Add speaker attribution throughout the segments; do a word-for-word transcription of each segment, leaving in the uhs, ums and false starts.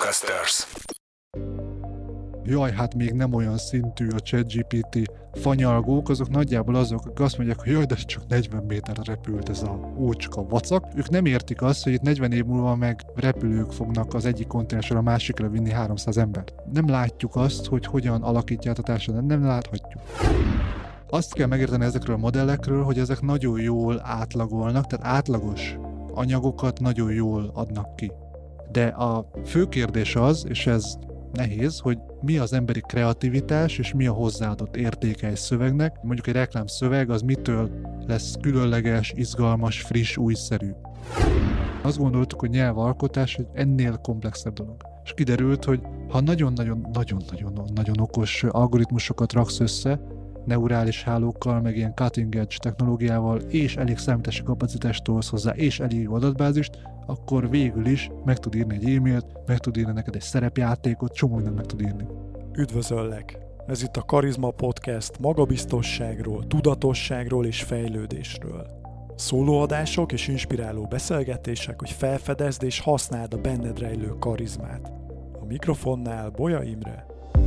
Speaker 1: Podcasters.
Speaker 2: Jaj, hát még nem olyan szintű a ChatGPT. Fanyalgók, azok nagyjából azok, akik azt mondják, hogy jaj, de csak negyven méterre repült ez a ócska vacak. Ők nem értik azt, hogy itt negyven év múlva meg repülők fognak az egyik kontinensről a másikra vinni háromszáz embert. Nem látjuk azt, hogy hogyan alakítja a társadalmat, nem láthatjuk. Azt kell megérteni ezekről a modellekről, hogy ezek nagyon jól átlagolnak, tehát átlagos anyagokat nagyon jól adnak ki. De a fő kérdés az, és ez nehéz, hogy mi az emberi kreativitás, és mi a hozzáadott értéke egy szövegnek. Mondjuk egy reklámszöveg az mitől lesz különleges, izgalmas, friss, újszerű. Azt gondoltuk, hogy nyelvalkotás egy ennél komplexebb dolog. És kiderült, hogy ha nagyon-nagyon-nagyon-nagyon okos algoritmusokat raksz össze, neurális hálókkal, meg ilyen cutting edge technológiával, és elég számítási kapacitást tolsz hozzá, és elég jó adatbázist, akkor végül is meg tud írni egy e-mailt, meg tud írni neked egy szerepjátékot, csomó mindent meg tud írni.
Speaker 3: Üdvözöllek! Ez itt a Karizma Podcast magabiztosságról, tudatosságról és fejlődésről. Szólóadások és inspiráló beszélgetések, hogy felfedezd és használd a benned rejlő karizmát. A mikrofonnál Bolya Imre.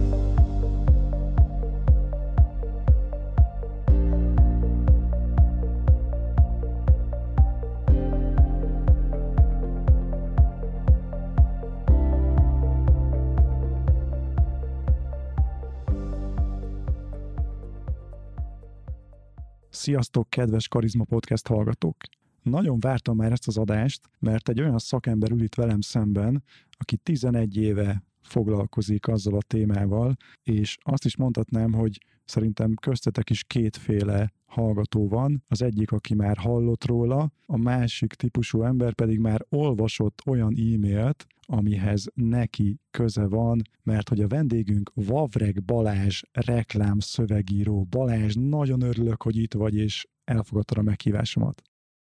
Speaker 3: Sziasztok, kedves Karizma Podcast hallgatók! Nagyon vártam már ezt az adást, mert egy olyan szakember ül itt velem szemben, aki tizenegy éve foglalkozik azzal a témával, és azt is mondhatnám, hogy szerintem köztetek is kétféle hallgató van. Az egyik, aki már hallott róla, a másik típusú ember pedig már olvasott olyan e-mailt, amihez neki köze van, mert hogy a vendégünk Vavreg Balázs reklám szövegíró. Balázs, nagyon örülök, hogy itt vagy, és elfogadtad a meghívásomat.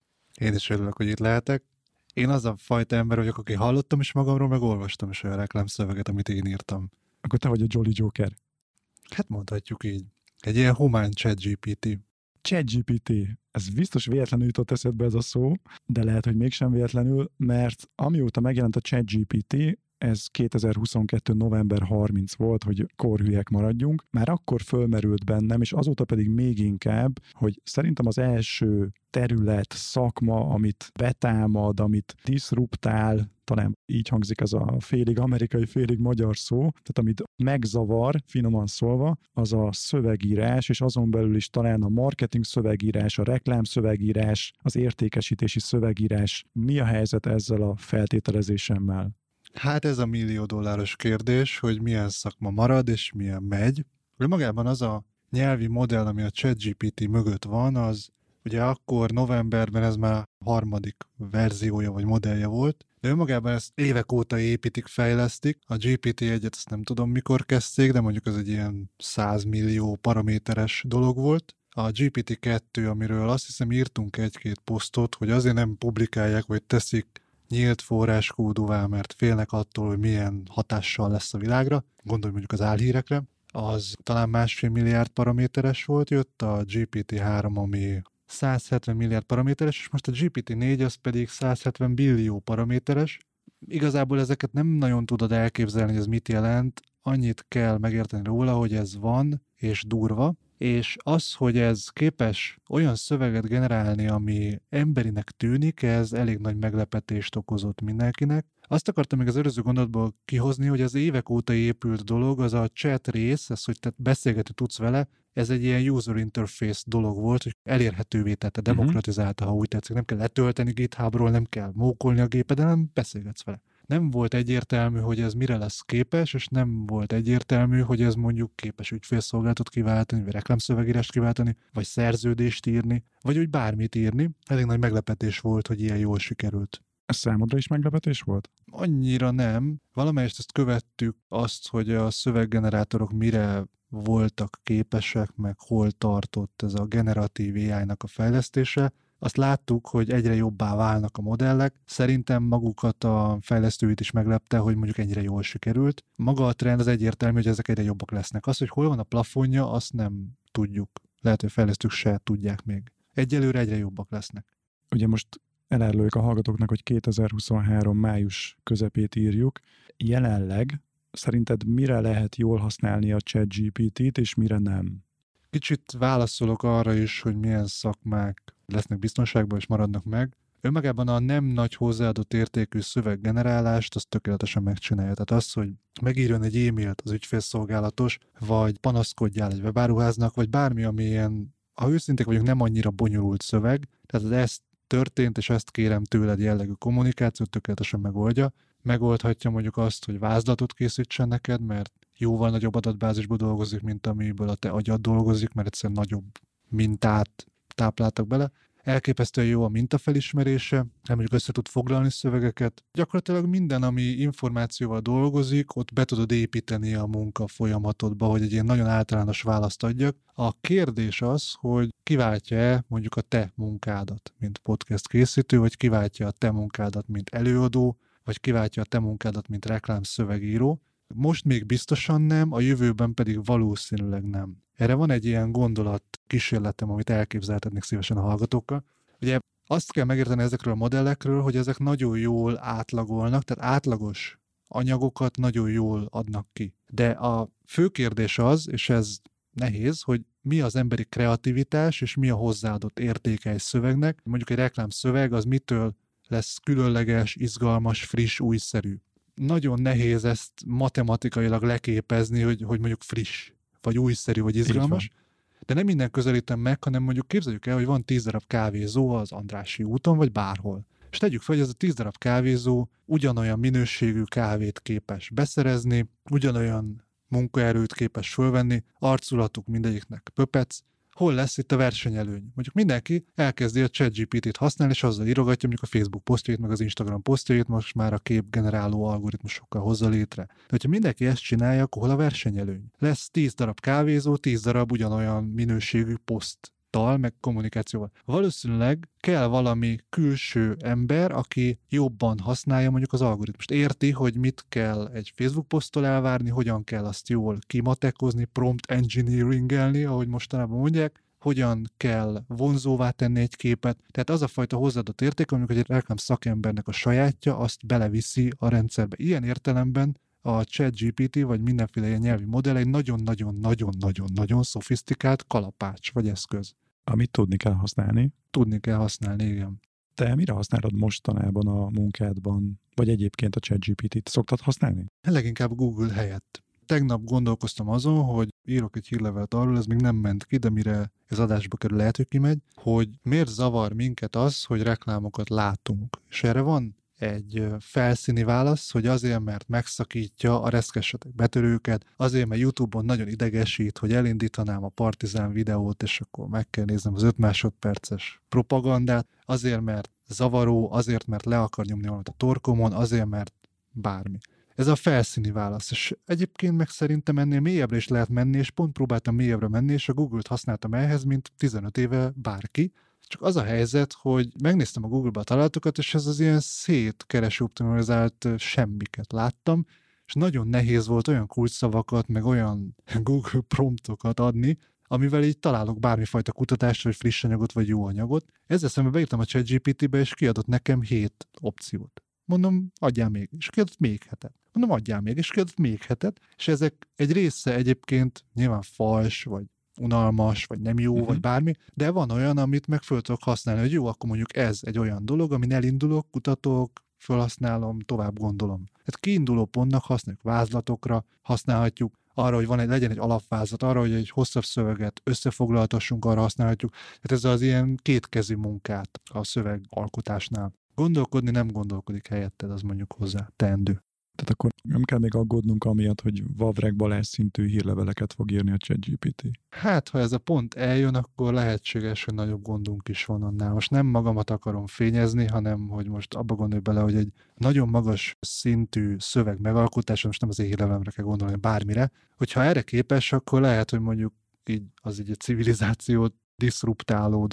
Speaker 2: Én is örülök, hogy itt lehetek. Én az a fajta ember vagyok, aki hallottam is magamról, meg olvastam is olyan reklámszöveget, amit én írtam.
Speaker 3: Akkor te vagy a Jolly Joker.
Speaker 2: Hát mondhatjuk így. Egy ilyen humán ChatGPT.
Speaker 3: ChatGPT. Ez biztos véletlenül jutott eszedbe ez a szó, de lehet, hogy mégsem véletlenül, mert amióta megjelent a ChatGPT, ez kétezer-huszonkettő november harmincadika volt, hogy korhülyek maradjunk. Már akkor fölmerült bennem, és azóta pedig még inkább, hogy szerintem az első terület, szakma, amit betámad, amit diszruptál, talán így hangzik ez a félig amerikai, félig magyar szó, tehát amit megzavar, finoman szólva, az a szövegírás, és azon belül is talán a marketing szövegírás, a reklám szövegírás, az értékesítési szövegírás. Mi a helyzet ezzel a feltételezésemmel?
Speaker 2: Hát ez a millió dolláros kérdés, hogy milyen szakma marad és milyen megy. Magában az a nyelvi modell, ami a ChatGPT mögött van, az ugye akkor novemberben ez már a harmadik verziója vagy modellje volt, de önmagában ezt évek óta építik, fejlesztik. A gé pé té egyet ezt nem tudom mikor kezdték, de mondjuk ez egy ilyen száz millió paraméteres dolog volt. A gé pé té kettő, amiről azt hiszem írtunk egy-két posztot, hogy azért nem publikálják, vagy teszik nyílt forráskódúvá, mert félnek attól, hogy milyen hatással lesz a világra, gondolj mondjuk az álhírekre, az talán másfél milliárd paraméteres volt, jött a gé pé té három, ami száz hetven milliárd paraméteres, és most a gé pé té négy az pedig száz hetven billió paraméteres. Igazából ezeket nem nagyon tudod elképzelni, hogy ez mit jelent, annyit kell megérteni róla, hogy ez van, és durva, és az, hogy ez képes olyan szöveget generálni, ami emberinek tűnik, ez elég nagy meglepetést okozott mindenkinek. Azt akartam még az előző gondolatból kihozni, hogy az évek óta épült dolog, az a chat rész, ez, hogy te beszélgetni tudsz vele, ez egy ilyen user interface dolog volt, hogy elérhetővé tette, demokratizálta, ha úgy tetszik. Nem kell letölteni GitHubról, nem kell mókolni a gépeden, hanem beszélgetsz vele. Nem volt egyértelmű, hogy ez mire lesz képes, és nem volt egyértelmű, hogy ez mondjuk képes ügyfélszolgálatot kiváltani, vagy reklámszövegírást kiváltani, vagy szerződést írni, vagy úgy bármit írni. Elég nagy meglepetés volt, hogy ilyen jól sikerült.
Speaker 3: Ez számodra is meglepetés volt?
Speaker 2: Annyira nem. Valamelyest ezt követtük azt, hogy a szöveggenerátorok mire voltak képesek, meg hol tartott ez a generatív á í-nak a fejlesztése. Azt láttuk, hogy egyre jobbá válnak a modellek. Szerintem magukat a fejlesztőit is meglepte, hogy mondjuk ennyire jól sikerült. Maga a trend az egyértelmű, hogy ezek egyre jobbak lesznek. Az, hogy hol van a plafonja, azt nem tudjuk. Lehet, hogy a fejlesztők se tudják még. Egyelőre egyre jobbak lesznek.
Speaker 3: Ugye most eláruljuk a hallgatóknak, hogy kétezer-huszonhárom május közepét írjuk. Jelenleg szerinted mire lehet jól használni a ChatGPT-t, és mire nem?
Speaker 2: Kicsit válaszolok arra is, hogy milyen szakmák lesznek biztonságban és maradnak meg. Önmagában a nem nagy hozzáadott értékű szöveggenerálást azt tökéletesen megcsinálja. Tehát az, hogy megírjon egy e-mailt az ügyfélszolgálatos, vagy panaszkodjál egy webáruháznak, vagy bármi, ami ilyen, ha őszinték vagyunk, nem annyira bonyolult szöveg, tehát ezt történt, és ezt kérem tőled jellegű kommunikációt tökéletesen megoldja. Megoldhatja mondjuk azt, hogy vázlatot készítsen neked, mert jóval nagyobb adatbázisból dolgozik, mint amiből a te agyad dolgozik, mert egyszerűen nagyobb mintát tápláltak bele. Elképesztően jó a mintafelismerése, mondjuk össze tud foglalni szövegeket. Gyakorlatilag minden, ami információval dolgozik, ott be tudod építeni a munka folyamatodba, hogy egy ilyen nagyon általános választ adjak. A kérdés az, hogy kiváltja-e mondjuk a te munkádat, mint podcast készítő, vagy kiváltja a te munkádat, mint előadó, vagy kiváltja a te munkádat, mint reklámszövegíró. Most még biztosan nem, a jövőben pedig valószínűleg nem. Erre van egy ilyen gondolat kísérletem, amit elképzeltetnék szívesen a hallgatókkal. Ugye azt kell megérteni ezekről a modellekről, hogy ezek nagyon jól átlagolnak, tehát átlagos anyagokat nagyon jól adnak ki. De a fő kérdés az, és ez nehéz, hogy mi az emberi kreativitás, és mi a hozzáadott értéke egy szövegnek. Mondjuk egy reklámszöveg az mitől lesz különleges, izgalmas, friss, újszerű. Nagyon nehéz ezt matematikailag leképezni, hogy, hogy mondjuk friss, vagy újszerű, vagy izgalmas. De nem minden közelítem meg, hanem mondjuk képzeljük el, hogy van tíz darab kávézó az Andrássy úton, vagy bárhol. És tegyük fel, hogy ez a tíz darab kávézó ugyanolyan minőségű kávét képes beszerezni, ugyanolyan munkaerőt képes fölvenni, arculatuk mindegyiknek pöpec. Hol lesz itt a versenyelőny? Mondjuk mindenki elkezdi a ChatGPT-t használni, és azzal írogatja mondjuk a Facebook posztjait, meg az Instagram posztjait, most már a képgeneráló algoritmusokkal hozza létre. De hogyha mindenki ezt csinálja, akkor hol a versenyelőny? Lesz tíz darab kávézó, tíz darab ugyanolyan minőségű poszttal, meg kommunikációval. Valószínűleg kell valami külső ember, aki jobban használja mondjuk az algoritmust. Érti, hogy mit kell egy Facebook poszttól elvárni, hogyan kell azt jól kimatekozni, prompt engineeringelni, ahogy mostanában mondják, hogyan kell vonzóvá tenni egy képet. Tehát az a fajta hozzáadott érték, amikor egy reklám szakembernek a sajátja, azt beleviszi a rendszerbe. Ilyen értelemben a ChatGPT vagy mindenféle ilyen nyelvi modell egy nagyon-nagyon-nagyon-nagyon-nagyon szofisztikált kalapács vagy eszköz.
Speaker 3: Amit tudni kell használni.
Speaker 2: Tudni kell használni, igen.
Speaker 3: Te mire használod mostanában a munkádban, vagy egyébként a ChatGPT-t? Szoktad használni?
Speaker 2: Leginkább Google helyett. Tegnap gondolkoztam azon, hogy írok egy hírlevelet arról, ez még nem ment ki, de mire ez adásba kerül, lehet, hogy kimegy, hogy miért zavar minket az, hogy reklámokat látunk. És erre van egy felszíni válasz, hogy azért, mert megszakítja a reszkesetek betörőket, azért, mert YouTube-on nagyon idegesít, hogy elindítanám a Partizán videót, és akkor meg kell néznem az öt másodperces propagandát, azért, mert zavaró, azért, mert le akar nyomni valamit a torkomon, azért, mert bármi. Ez a felszíni válasz, és egyébként meg szerintem ennél mélyebbre is lehet menni, és pont próbáltam mélyebbre menni, és a Google-t használtam ehhez, mint tizenöt éve bárki. Csak az a helyzet, hogy megnéztem a Google-ba a találatokat, és ez az ilyen szétkereső optimalizált semmiket láttam, és nagyon nehéz volt olyan kulcsszavakat, meg olyan Google promptokat adni, amivel így találok bármifajta kutatást, vagy friss anyagot, vagy jó anyagot. Ezzel szemben beírtam a ChatGPT-be, és kiadott nekem hét opciót. Mondom, adjál még, és kiadott még hetet. Mondom, adjál még, és kiadott még hetet, és ezek egy része egyébként nyilván fals, vagy unalmas, vagy nem jó, uh-huh. vagy bármi, de van olyan, amit meg föl tudok használni, hogy jó, akkor mondjuk ez egy olyan dolog, amin elindulok, kutatok, felhasználom, tovább gondolom. Tehát kiinduló pontnak használjuk vázlatokra, használhatjuk, arra, hogy van egy, legyen egy alapvázlat, arra, hogy egy hosszabb szöveget összefoglaltassunk, arra használhatjuk. Tehát ez az ilyen kétkezi munkát a szövegalkotásnál. Gondolkodni nem gondolkodik helyetted, az mondjuk hozzá teendő.
Speaker 3: Tehát akkor nem kell még aggódnunk amiatt, hogy Vavreg Balázs szintű hírleveleket fog írni a ChatGPT.
Speaker 2: Hát, ha ez a pont eljön, akkor lehetséges, hogy nagyobb gondunk is van annál. Most nem magamat akarom fényezni, hanem hogy most abba gondolj bele, hogy egy nagyon magas szintű szöveg megalkotása, most nem az én hírlevelemre kell gondolni, bármire, hogyha erre képes, akkor lehet, hogy mondjuk így az így egy civilizációt diszruptáló dolog.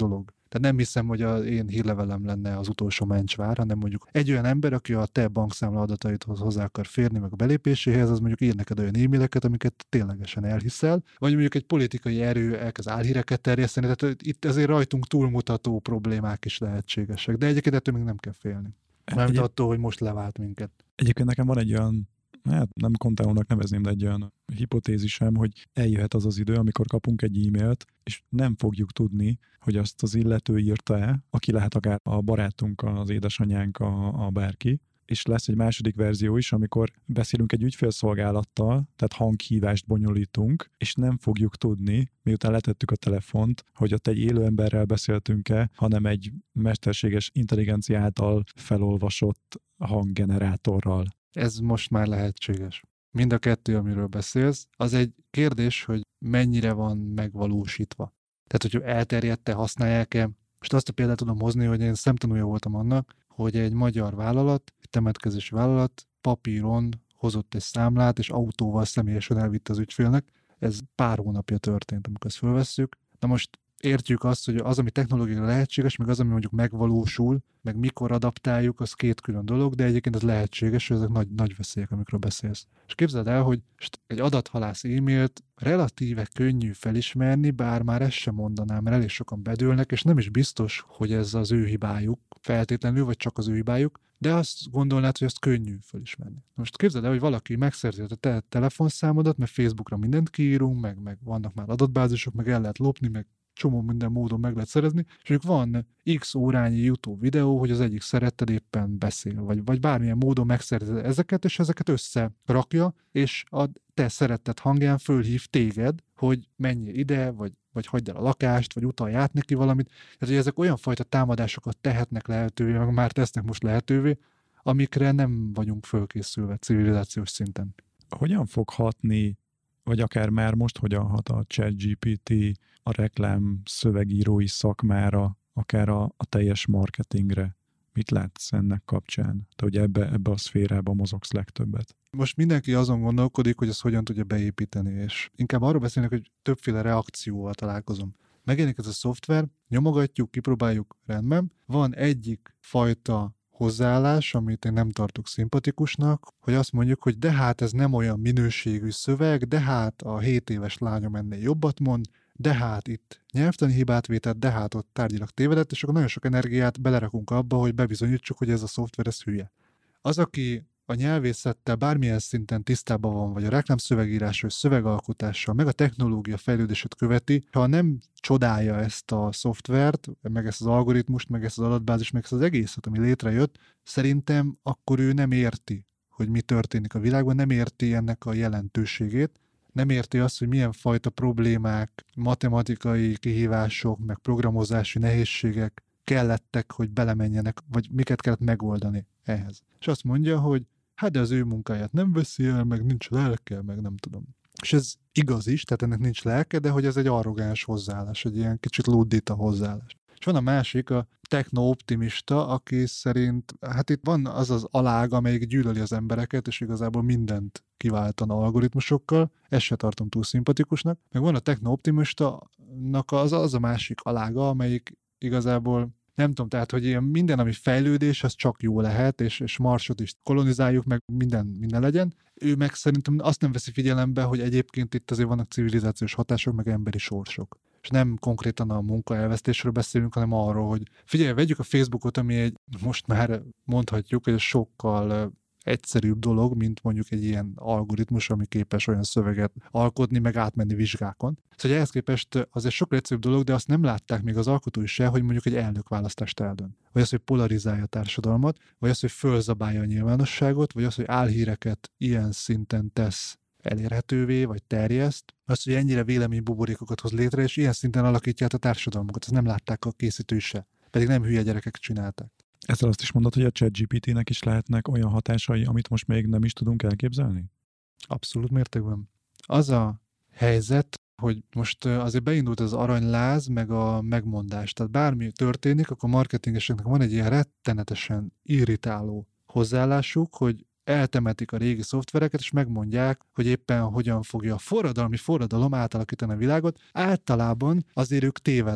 Speaker 2: Tehát nem hiszem, hogy az én hírlevelem lenne az utolsó mencsvár, hanem mondjuk egy olyan ember, aki a te bankszámla adataidhoz hozzá akar férni, meg a belépéséhez, az mondjuk ír neked olyan e-maileket, amiket ténylegesen elhiszel, vagy mondjuk egy politikai erő elkezd álhíreket terjeszteni, tehát itt azért rajtunk túlmutató problémák is lehetségesek, de egyébként ettől még nem kell félni. Nem
Speaker 3: Egy...
Speaker 2: attól, hogy most levált minket.
Speaker 3: Egyébként nekem van egy olyan, hát nem kontálónak nevezném, de egy olyan hipotézisem, hogy eljöhet az az idő, amikor kapunk egy e-mailt, és nem fogjuk tudni, hogy azt az illető írta-e, aki lehet akár a barátunk, az édesanyánk, a, a bárki, és lesz egy második verzió is, amikor beszélünk egy ügyfélszolgálattal, tehát hanghívást bonyolítunk, és nem fogjuk tudni, miután letettük a telefont, hogy ott egy élő emberrel beszéltünk-e, hanem egy mesterséges intelligencia által felolvasott hanggenerátorral.
Speaker 2: Ez most már lehetséges. Mind a kettő, amiről beszélsz, az egy kérdés, hogy mennyire van megvalósítva. Tehát, hogyha elterjedte, használják-e. Most azt a példát tudom hozni, hogy én szemtanúja voltam annak, hogy egy magyar vállalat, egy temetkezési vállalat papíron hozott egy számlát, és autóval személyesen elvitte az ügyfélnek. Ez pár hónapja történt, amikor ezt fölvesszük. Na most értjük azt, hogy az, ami technológiailag lehetséges, meg az, ami mondjuk megvalósul, meg mikor adaptáljuk, az két külön dolog, de egyébként ez lehetséges, hogy ezek nagy, nagy veszélyek, amikről beszélsz. És képzeld el, hogy egy adathalász e-mailt relatíve könnyű felismerni, bár már ezt sem mondanám, mert elég sokan bedőlnek, és nem is biztos, hogy ez az ő hibájuk feltétlenül, vagy csak az ő hibájuk, de azt gondolnád, hogy ezt könnyű felismerni. Most képzeld el, hogy valaki megszerzi a te telefonszámodat, mert Facebookra mindent kiírunk, meg, meg vannak már adatbázisok, meg el lehet lopni, meg csomó minden módon meg lehet szerezni, és mondjuk van x órányi YouTube videó, hogy az egyik szeretted éppen beszél, vagy, vagy bármilyen módon megszerzi ezeket, és ezeket összerakja, és a te szeretted hangján fölhív téged, hogy menjél ide, vagy, vagy hagyd el a lakást, vagy utalj át neki valamit. Tehát, hogy ezek olyan fajta támadásokat tehetnek lehetővé, meg már tesznek most lehetővé, amikre nem vagyunk fölkészülve civilizációs szinten.
Speaker 3: Hogyan fog hatni, vagy akár már most hogyan hat a ChatGPT a reklám szövegírói szakmára, akár a, a teljes marketingre? Mit látsz ennek kapcsán? Te ugye ebbe, ebbe a szférában mozogsz legtöbbet.
Speaker 2: Most mindenki azon gondolkodik, hogy ezt hogyan tudja beépíteni, és inkább arról beszélnek, hogy többféle reakcióval találkozom. Megjelenik ez a szoftver, nyomogatjuk, kipróbáljuk, rendben. Van egyik fajta hozzáállás, amit én nem tartok szimpatikusnak, hogy azt mondjuk, hogy de hát ez nem olyan minőségű szöveg, de hát a hét éves lányom ennél jobbat mond, de hát itt nyelvtani hibát vétett, de hát ott tárgyilag tévedett, és akkor nagyon sok energiát belerakunk abba, hogy bebizonyítsuk, hogy ez a szoftver ez hülye. Az, aki a nyelvészettel bármilyen szinten tisztában van, vagy a reklámszövegírással, szövegalkotással, meg a technológia fejlődését követi, ha nem csodálja ezt a szoftvert, meg ezt az algoritmust, meg ezt az adatbázist, meg ezt az egészet, ami létrejött, szerintem akkor ő nem érti, hogy mi történik a világban, nem érti ennek a jelentőségét, nem érti azt, hogy milyen fajta problémák, matematikai kihívások, meg programozási nehézségek kellettek, hogy belemenjenek, vagy miket kellett megoldani ehhez. És azt mondja, hogy hát de az ő munkáját nem veszi el, meg nincs lelke, meg nem tudom. És ez igaz is, tehát ennek nincs lelke, de hogy ez egy arrogáns hozzáállás, egy ilyen kicsit luddita hozzáállás. És van a másik, a techno-optimista, aki szerint, hát itt van az az alág, amelyik gyűlöli az embereket, és igazából mindent kiváltana algoritmusokkal, ezt se tartom túl szimpatikusnak. Meg van a techno-optimista-nak az, az a másik alága, amelyik igazából nem tudom, tehát, hogy ilyen minden, ami fejlődés, az csak jó lehet, és, és Marsot is kolonizáljuk, meg minden, minden legyen. Ő meg szerintem azt nem veszi figyelembe, hogy egyébként itt azért vannak civilizációs hatások, meg emberi sorsok. És nem konkrétan a munkaelvesztésről beszélünk, hanem arról, hogy figyelj, vegyük a Facebookot, ami egy, most már mondhatjuk, hogy sokkal egyszerűbb dolog, mint mondjuk egy ilyen algoritmus, ami képes olyan szöveget alkotni, meg átmenni vizsgákon. Szóval ehhez képest az egy sokkal egyszerűbb dolog, de azt nem látták még az alkotói se, hogy mondjuk egy elnökválasztást eldönt. Vagy az, hogy polarizálja a társadalmat, vagy az, hogy fölzabálja a nyilvánosságot, vagy az, hogy álhíreket ilyen szinten tesz elérhetővé, vagy terjeszt, az, hogy ennyire véleménybuborékokat hoz létre, és ilyen szinten alakítja át a társadalmukat. Ezt nem látták a készítői se. Pedig nem hülye gyerekek csinálták.
Speaker 3: Ezzel azt is mondod, hogy a ChatGPT-nek is lehetnek olyan hatásai, amit most még nem is tudunk elképzelni?
Speaker 2: Abszolút mértékben. Az a helyzet, hogy most azért beindult az aranyláz, meg a megmondás. Tehát bármi történik, akkor marketingeseknek van egy ilyen rettenetesen irritáló hozzáállásuk, hogy eltemetik a régi szoftvereket, és megmondják, hogy éppen hogyan fogja a forradalmi forradalom átalakítani a világot. Általában azért ők tévednek.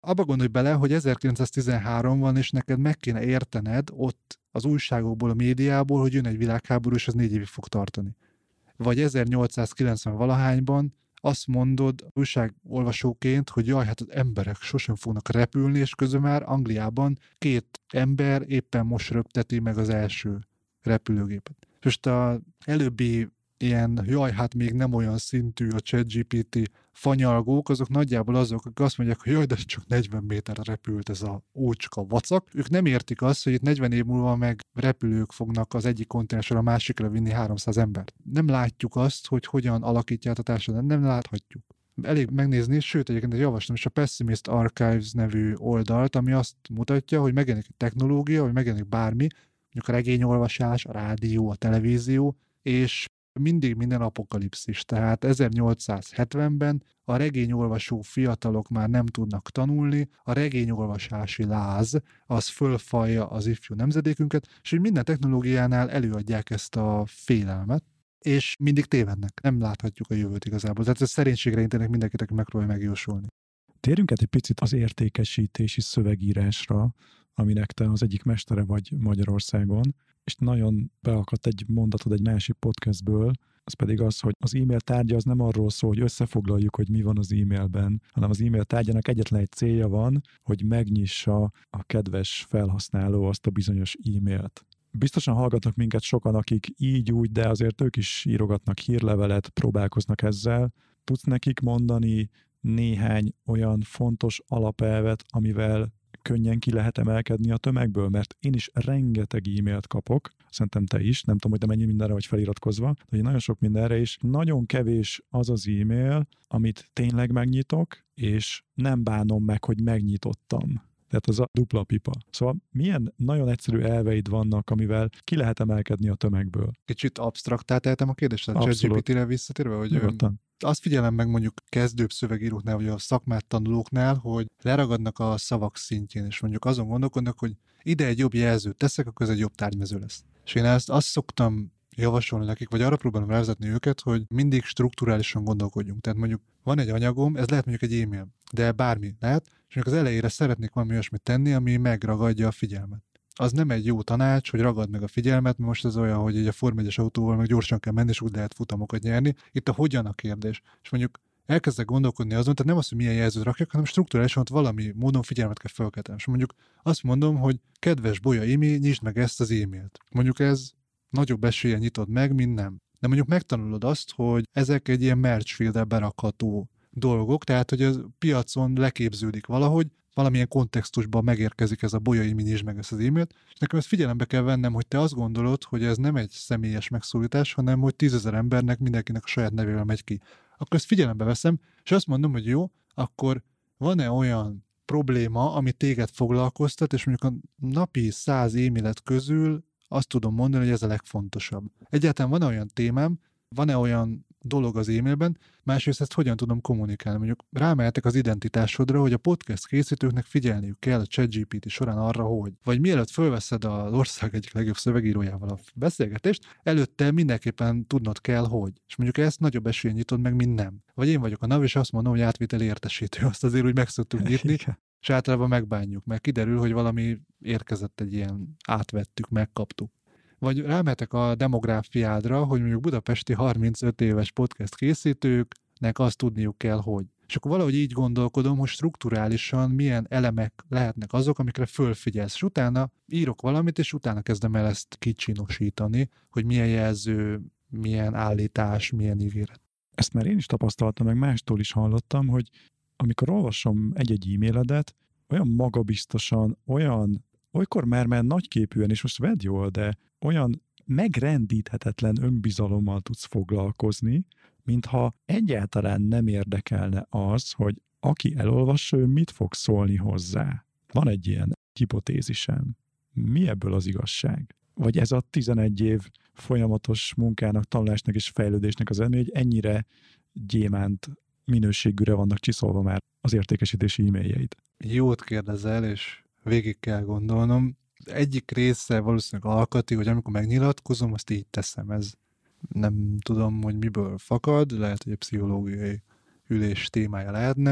Speaker 2: abba gondolj bele, hogy ezerkilencszáztizenhárom van, és neked meg kéne értened ott az újságokból, a médiából, hogy jön egy világháború, és az négy évig fog tartani. Vagy ezernyolcszázkilencven valahányban azt mondod újságolvasóként, hogy jaj, hát az emberek sosem fognak repülni, és közben már Angliában két ember éppen most röpteti meg az első repülőgépet. Most az előbbi ilyen, jaj, hát még nem olyan szintű a ChatGPT fanyalgók, azok nagyjából azok, akik azt mondják, hogy jaj, de csak negyven méterre repült ez a ócska vacak. Ők nem értik azt, hogy itt negyven év múlva meg repülők fognak az egyik kontinensről a másikra vinni háromszáz embert. Nem látjuk azt, hogy hogyan alakítja át a társadalmat, nem láthatjuk. Elég megnézni, sőt, egyébként javaslom is a Pessimist Archives nevű oldalt, ami azt mutatja, hogy megjelenik egy technológia, vagy megjelenik bármi, mondjuk a regényolvasás, a rádió, a televízió, és mindig minden apokalipszis. Tehát ezernyolcszázhetvenben a regényolvasó fiatalok már nem tudnak tanulni, a regényolvasási láz az fölfalja az ifjú nemzedékünket, és hogy minden technológiánál előadják ezt a félelmet, és mindig tévednek. Nem láthatjuk a jövőt igazából. Tehát ez szerénységre intenek mindenkit, aki megpróbálja megjósolni.
Speaker 3: Térjünk át egy picit az értékesítési szövegírásra, aminek te az egyik mestere vagy Magyarországon, és nagyon beakadt egy mondatod egy másik podcastből, az pedig az, hogy az e-mail tárgya az nem arról szól, hogy összefoglaljuk, hogy mi van az e-mailben, hanem az e-mail tárgyának egyetlen egy célja van, hogy megnyissa a kedves felhasználó azt a bizonyos e-mailt. Biztosan hallgatnak minket sokan, akik így úgy, de azért ők is írogatnak hírlevelet, próbálkoznak ezzel. Tudsz nekik mondani néhány olyan fontos alapelvet, amivel könnyen ki lehet emelkedni a tömegből, mert én is rengeteg e-mailt kapok, szerintem te is, nem tudom, hogy te mennyi mindenre vagy feliratkozva, de hogy nagyon sok mindenre is, nagyon kevés az az e-mail, amit tényleg megnyitok, és nem bánom meg, hogy megnyitottam. Tehát az a dupla pipa. Szóval milyen nagyon egyszerű elveid vannak, amivel ki lehet emelkedni a tömegből?
Speaker 2: Kicsit absztraktá tehetem a kérdést, a ChatGPT-re visszatérve, hogy
Speaker 3: Nyugodtan.
Speaker 2: Azt figyelem meg mondjuk kezdőbb szövegíróknál, vagy a szakmát tanulóknál, hogy leragadnak a szavak szintjén, és mondjuk azon gondolkodnak, hogy ide egy jobb jelzőt teszek, akkor ez egy jobb tárgymező lesz. És én ezt azt szoktam javasolni nekik, vagy arra próbálom rávezetni őket, hogy mindig strukturálisan gondolkodjunk. Tehát mondjuk van egy anyagom, ez lehet mondjuk egy e-mail, de bármi lehet, és mondjuk az elejére szeretnék valami olyasmit tenni, ami megragadja a figyelmet. Az nem egy jó tanács, hogy ragad meg a figyelmet, mert most ez olyan, hogy egy a Forma egyes autóval meg gyorsan kell menni, és úgy lehet futamokat nyerni. Itt a hogyan a kérdés. És mondjuk elkezdek gondolkodni azon, tehát nem az, hogy milyen jelzőt rakjak, hanem strukturálisan ott valami módon figyelmet kell felkelteni. És mondjuk azt mondom, hogy kedves Bolya Imi, nyisd meg ezt az e-mailt. Mondjuk ez nagyobb eséllyel nyitod meg, mint nem. De mondjuk megtanulod azt, hogy ezek egy ilyen merge field-el berakható dolgok, tehát hogy a piacon leképződik valahogy, valamilyen kontextusban megérkezik ez a Bolya Imi, nyisd meg ezt az e-mailt, és nekem ezt figyelembe kell vennem, hogy te azt gondolod, hogy ez nem egy személyes megszólítás, hanem hogy tízezer embernek mindenkinek a saját nevével megy ki. Akkor ezt figyelembe veszem, és azt mondom, hogy jó, akkor van-e olyan probléma, ami téged foglalkoztat, és mondjuk a napi száz e-mailet közül azt tudom mondani, hogy ez a legfontosabb. Egyáltalán van-e olyan témám, van-e olyan dolog az e-mailben, másrészt ezt hogyan tudom kommunikálni. Mondjuk rámehetek az identitásodra, hogy a podcast készítőknek figyelniük kell a ChatGPT során arra, hogy vagy mielőtt fölveszed az ország egyik legjobb szövegírójával a beszélgetést, előtte mindenképpen tudnod kell, hogy. És mondjuk ezt nagyobb esélyen nyitod meg, mint nem. Vagy én vagyok a NAV, és azt mondom, hogy átviteli értesítő, azt azért úgy meg szoktuk nyitni, és általában megbánjuk, mert kiderül, hogy valami érkezett egy ilyen, átvettük, megkaptuk. Vagy rámehetek a demográfiádra, hogy mondjuk budapesti harmincöt éves podcast készítőknek azt tudniuk kell, hogy. És akkor valahogy így gondolkodom, hogy strukturálisan milyen elemek lehetnek azok, amikre fölfigyelsz. És utána írok valamit, és utána kezdem el ezt kicsinosítani, hogy milyen jelző, milyen állítás, milyen ígéret.
Speaker 3: Ezt már én is tapasztaltam, meg mástól is hallottam, hogy amikor olvasom egy-egy e-mailedet, olyan magabiztosan, olyan, olykor már már nagyképűen, és most vedd jól, de olyan megrendíthetetlen önbizalommal tudsz foglalkozni, mintha egyáltalán nem érdekelne az, hogy aki elolvassa, ő mit fog szólni hozzá. Van egy ilyen hipotézisem. Mi ebből az igazság? Vagy ez a tizenegy év folyamatos munkának, tanulásnak és fejlődésnek az eredmény, hogy ennyire gyémánt minőségűre vannak csiszolva már az értékesítési e-mailjeid?
Speaker 2: Jót kérdezel, és végig kell gondolnom. Az egyik része valószínűleg alkati, hogy amikor megnyilatkozom, azt így teszem. Ez nem tudom, hogy miből fakad, lehet, hogy egy pszichológiai ülés témája lehetne.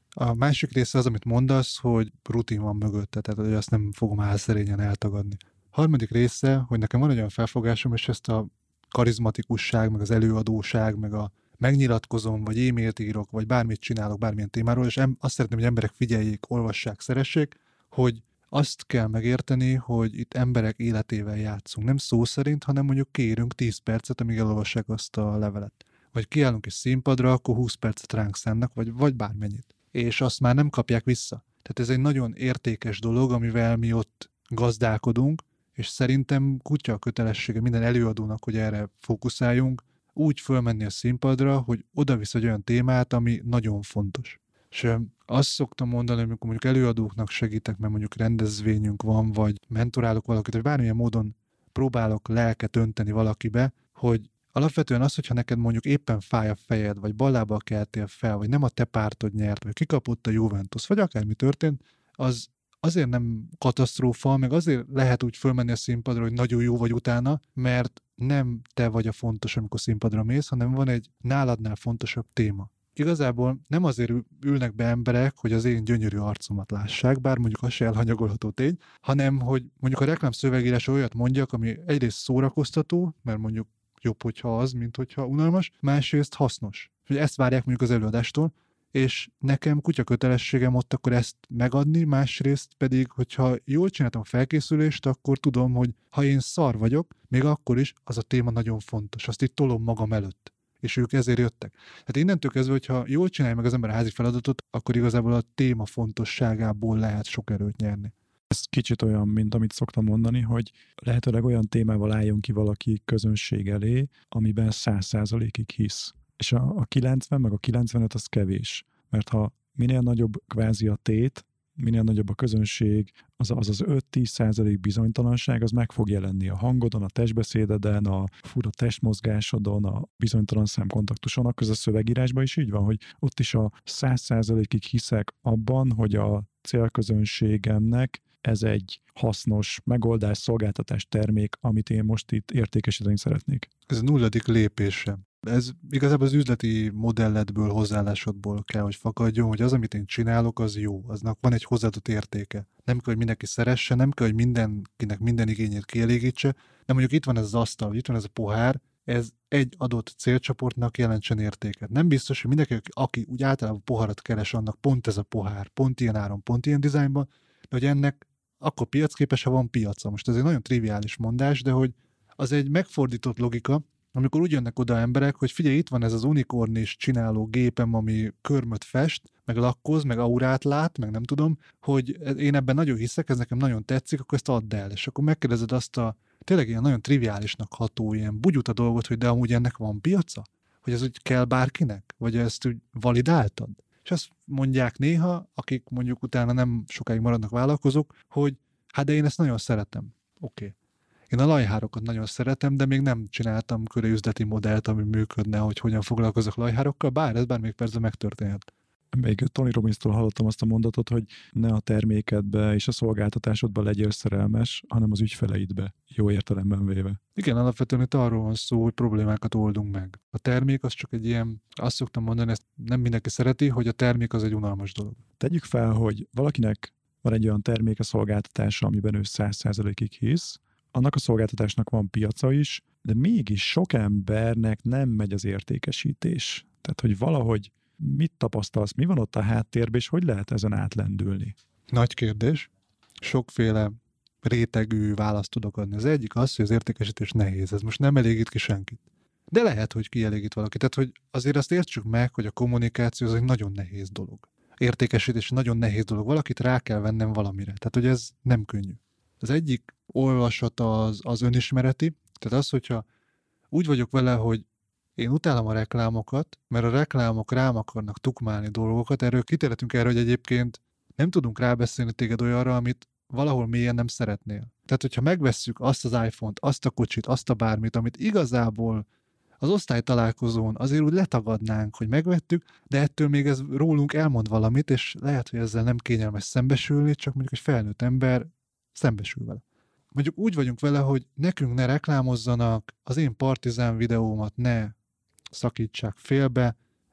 Speaker 2: A másik része az, amit mondasz, hogy rutin van mögötte, tehát hogy azt nem fogom álszerényen eltagadni. A harmadik része, hogy nekem van egy olyan felfogásom, és ezt a karizmatikusság, meg az előadóság, meg a megnyilatkozom, vagy e-mailt írok, vagy bármit csinálok bármilyen témáról, és em- azt szeretném, hogy emberek figyeljék, olvassák, szeressék, hogy azt kell megérteni, hogy itt emberek életével játszunk. Nem szó szerint, hanem mondjuk kérünk tíz percet, amíg elolvassák azt a levelet. Vagy kiállunk egy színpadra, akkor húsz percet ránk szánnak, vagy, vagy bármennyit. És azt már nem kapják vissza. Tehát ez egy nagyon értékes dolog, amivel mi ott gazdálkodunk, és szerintem kutya a kötelessége minden előadónak, hogy erre fókuszáljunk, úgy fölmenni a színpadra, hogy odavisz egy olyan témát, ami nagyon fontos. És azt szoktam mondani, amikor mondjuk előadóknak segítek, mert mondjuk rendezvényünk van, vagy mentorálok valakit, vagy bármilyen módon próbálok lelket önteni valakibe, hogy alapvetően az, hogyha neked mondjuk éppen fáj a fejed, vagy ballábbal keltél fel, vagy nem a te pártod nyert, vagy kikapott a Juventus, vagy akármi történt, az azért nem katasztrófa, meg azért lehet úgy fölmenni a színpadra, hogy nagyon jó vagy utána, mert nem te vagy a fontos, amikor színpadra mész, hanem van egy náladnál fontosabb téma. Igazából nem azért ülnek be emberek, hogy az én gyönyörű arcomat lássák, bár mondjuk az se elhanyagolható tény, hanem hogy mondjuk a reklám szövegírásra olyat mondjak, ami egyrészt szórakoztató, mert mondjuk jobb, hogyha az, mint hogyha unalmas, másrészt hasznos. Hogy ezt várják mondjuk az előadástól, és nekem kutya kötelességem ott akkor ezt megadni, másrészt pedig, hogyha jól csináltam a felkészülést, akkor tudom, hogy ha én szar vagyok, még akkor is az a téma nagyon fontos. Azt itt tolom magam előtt. És ők ezért jöttek. Tehát innentől kezdve, hogyha jól csinálja meg az ember a házi feladatot, akkor igazából a téma fontosságából lehet sok erőt nyerni.
Speaker 3: Ez kicsit olyan, mint amit szoktam mondani, hogy lehetőleg olyan témával álljon ki valaki közönség elé, amiben száz százalékig hisz. És a, a kilencven meg a kilencvenöt az kevés. Mert ha minél nagyobb kvázi a tét, minél nagyobb a közönség, az az, az öt-tíz százalék bizonytalanság, az meg fog jelenni a hangodon, a testbeszédeden, a fura testmozgásodon, a bizonytalan szemkontaktuson, akkor ez a szövegírásban is így van, hogy ott is a száz százalékig hiszek abban, hogy a célközönségemnek ez egy hasznos megoldás, szolgáltatás, termék, amit én most itt értékesíteni szeretnék.
Speaker 2: Ez a nulladik lépése. Ez igazából az üzleti modelledből, hozzáállásodból kell, hogy fakadjon, hogy az, amit én csinálok, az jó. Aznak van egy hozzáadott értéke. Nem kell, hogy mindenki szeresse, nem kell, hogy mindenkinek minden igényét kielégítse, de mondjuk itt van ez az asztal, itt van ez a pohár, ez egy adott célcsoportnak jelentsen értéket. Nem biztos, hogy mindenki, aki úgy általában poharat keres, annak pont ez a pohár, pont ilyen áron, pont ilyen dizájnban, de hogy ennek akkor piacképes, ha van piaca. Most ez egy nagyon triviális mondás, de hogy az egy megfordított logika, amikor úgy jönnek oda emberek, hogy figyelj, itt van ez az unikornis csináló gépem, ami körmöt fest, meg lakkoz, meg aurát lát, meg nem tudom, hogy én ebben nagyon hiszek, ez nekem nagyon tetszik, akkor ezt add el. És akkor megkérdezed azt a tényleg ilyen nagyon triviálisnak ható, ilyen bugyuta dolgot, hogy de amúgy ennek van piaca? Hogy ez úgy kell bárkinek? Vagy ezt úgy validáltad? És azt mondják néha, akik mondjuk utána nem sokáig maradnak vállalkozók, hogy hát de én ezt nagyon szeretem. Oké. Okay. Én a lajhárokat nagyon szeretem, de még nem csináltam köré üzleti modellt, ami működne, hogy hogyan foglalkozok lajhárokkal, bár ez bármelyik percben megtörténhet.
Speaker 3: Még Tony Robbins-tól hallottam azt a mondatot, hogy ne a termékedbe és a szolgáltatásodba legyél szerelmes, hanem az ügyfeleidbe, jó értelemben véve.
Speaker 2: Igen, alapvetően itt arról van szó, hogy problémákat oldunk meg. A termék az csak egy ilyen, azt szoktam mondani, ezt nem mindenki szereti, hogy a termék az egy unalmas dolog.
Speaker 3: Tegyük fel, hogy valakinek van egy olyan termék, a szolgáltatása, amiben ő száz százalékig hisz, annak a szolgáltatásnak van piaca is, de mégis sok embernek nem megy az értékesítés. Tehát, hogy valahogy mit tapasztalsz, mi van ott a háttérben, és hogy lehet ezen átlendülni?
Speaker 2: Nagy kérdés. Sokféle rétegű választ tudok adni. Az egyik az, hogy az értékesítés nehéz. Ez most nem elégít ki senkit. De lehet, hogy kielégít valaki. Tehát, hogy azért azt értsük meg, hogy a kommunikáció az egy nagyon nehéz dolog. Értékesítés nagyon nehéz dolog. Valakit rá kell vennem valamire. Tehát, hogy ez nem könnyű. Az egyik olvasata az, az önismereti. Tehát az, hogyha úgy vagyok vele, hogy én utálom a reklámokat, mert a reklámok rám akarnak tukmálni dolgokat. Erről kitérhetünk erre, hogy egyébként nem tudunk rábeszélni téged olyanra, amit valahol mélyen nem szeretnél. Tehát, hogyha megvesszük azt az iPhone-t, azt a kocsit, azt a bármit, amit igazából az osztálytalálkozón azért úgy letagadnánk, hogy megvettük, de ettől még ez rólunk elmond valamit, és lehet, hogy ezzel nem kényelmes szembesülni, csak mondjuk egy felnőtt ember szembesül vele. Mondjuk úgy vagyunk vele, hogy nekünk ne reklámozzanak, az én partizán videómat ne szakítsák félbe,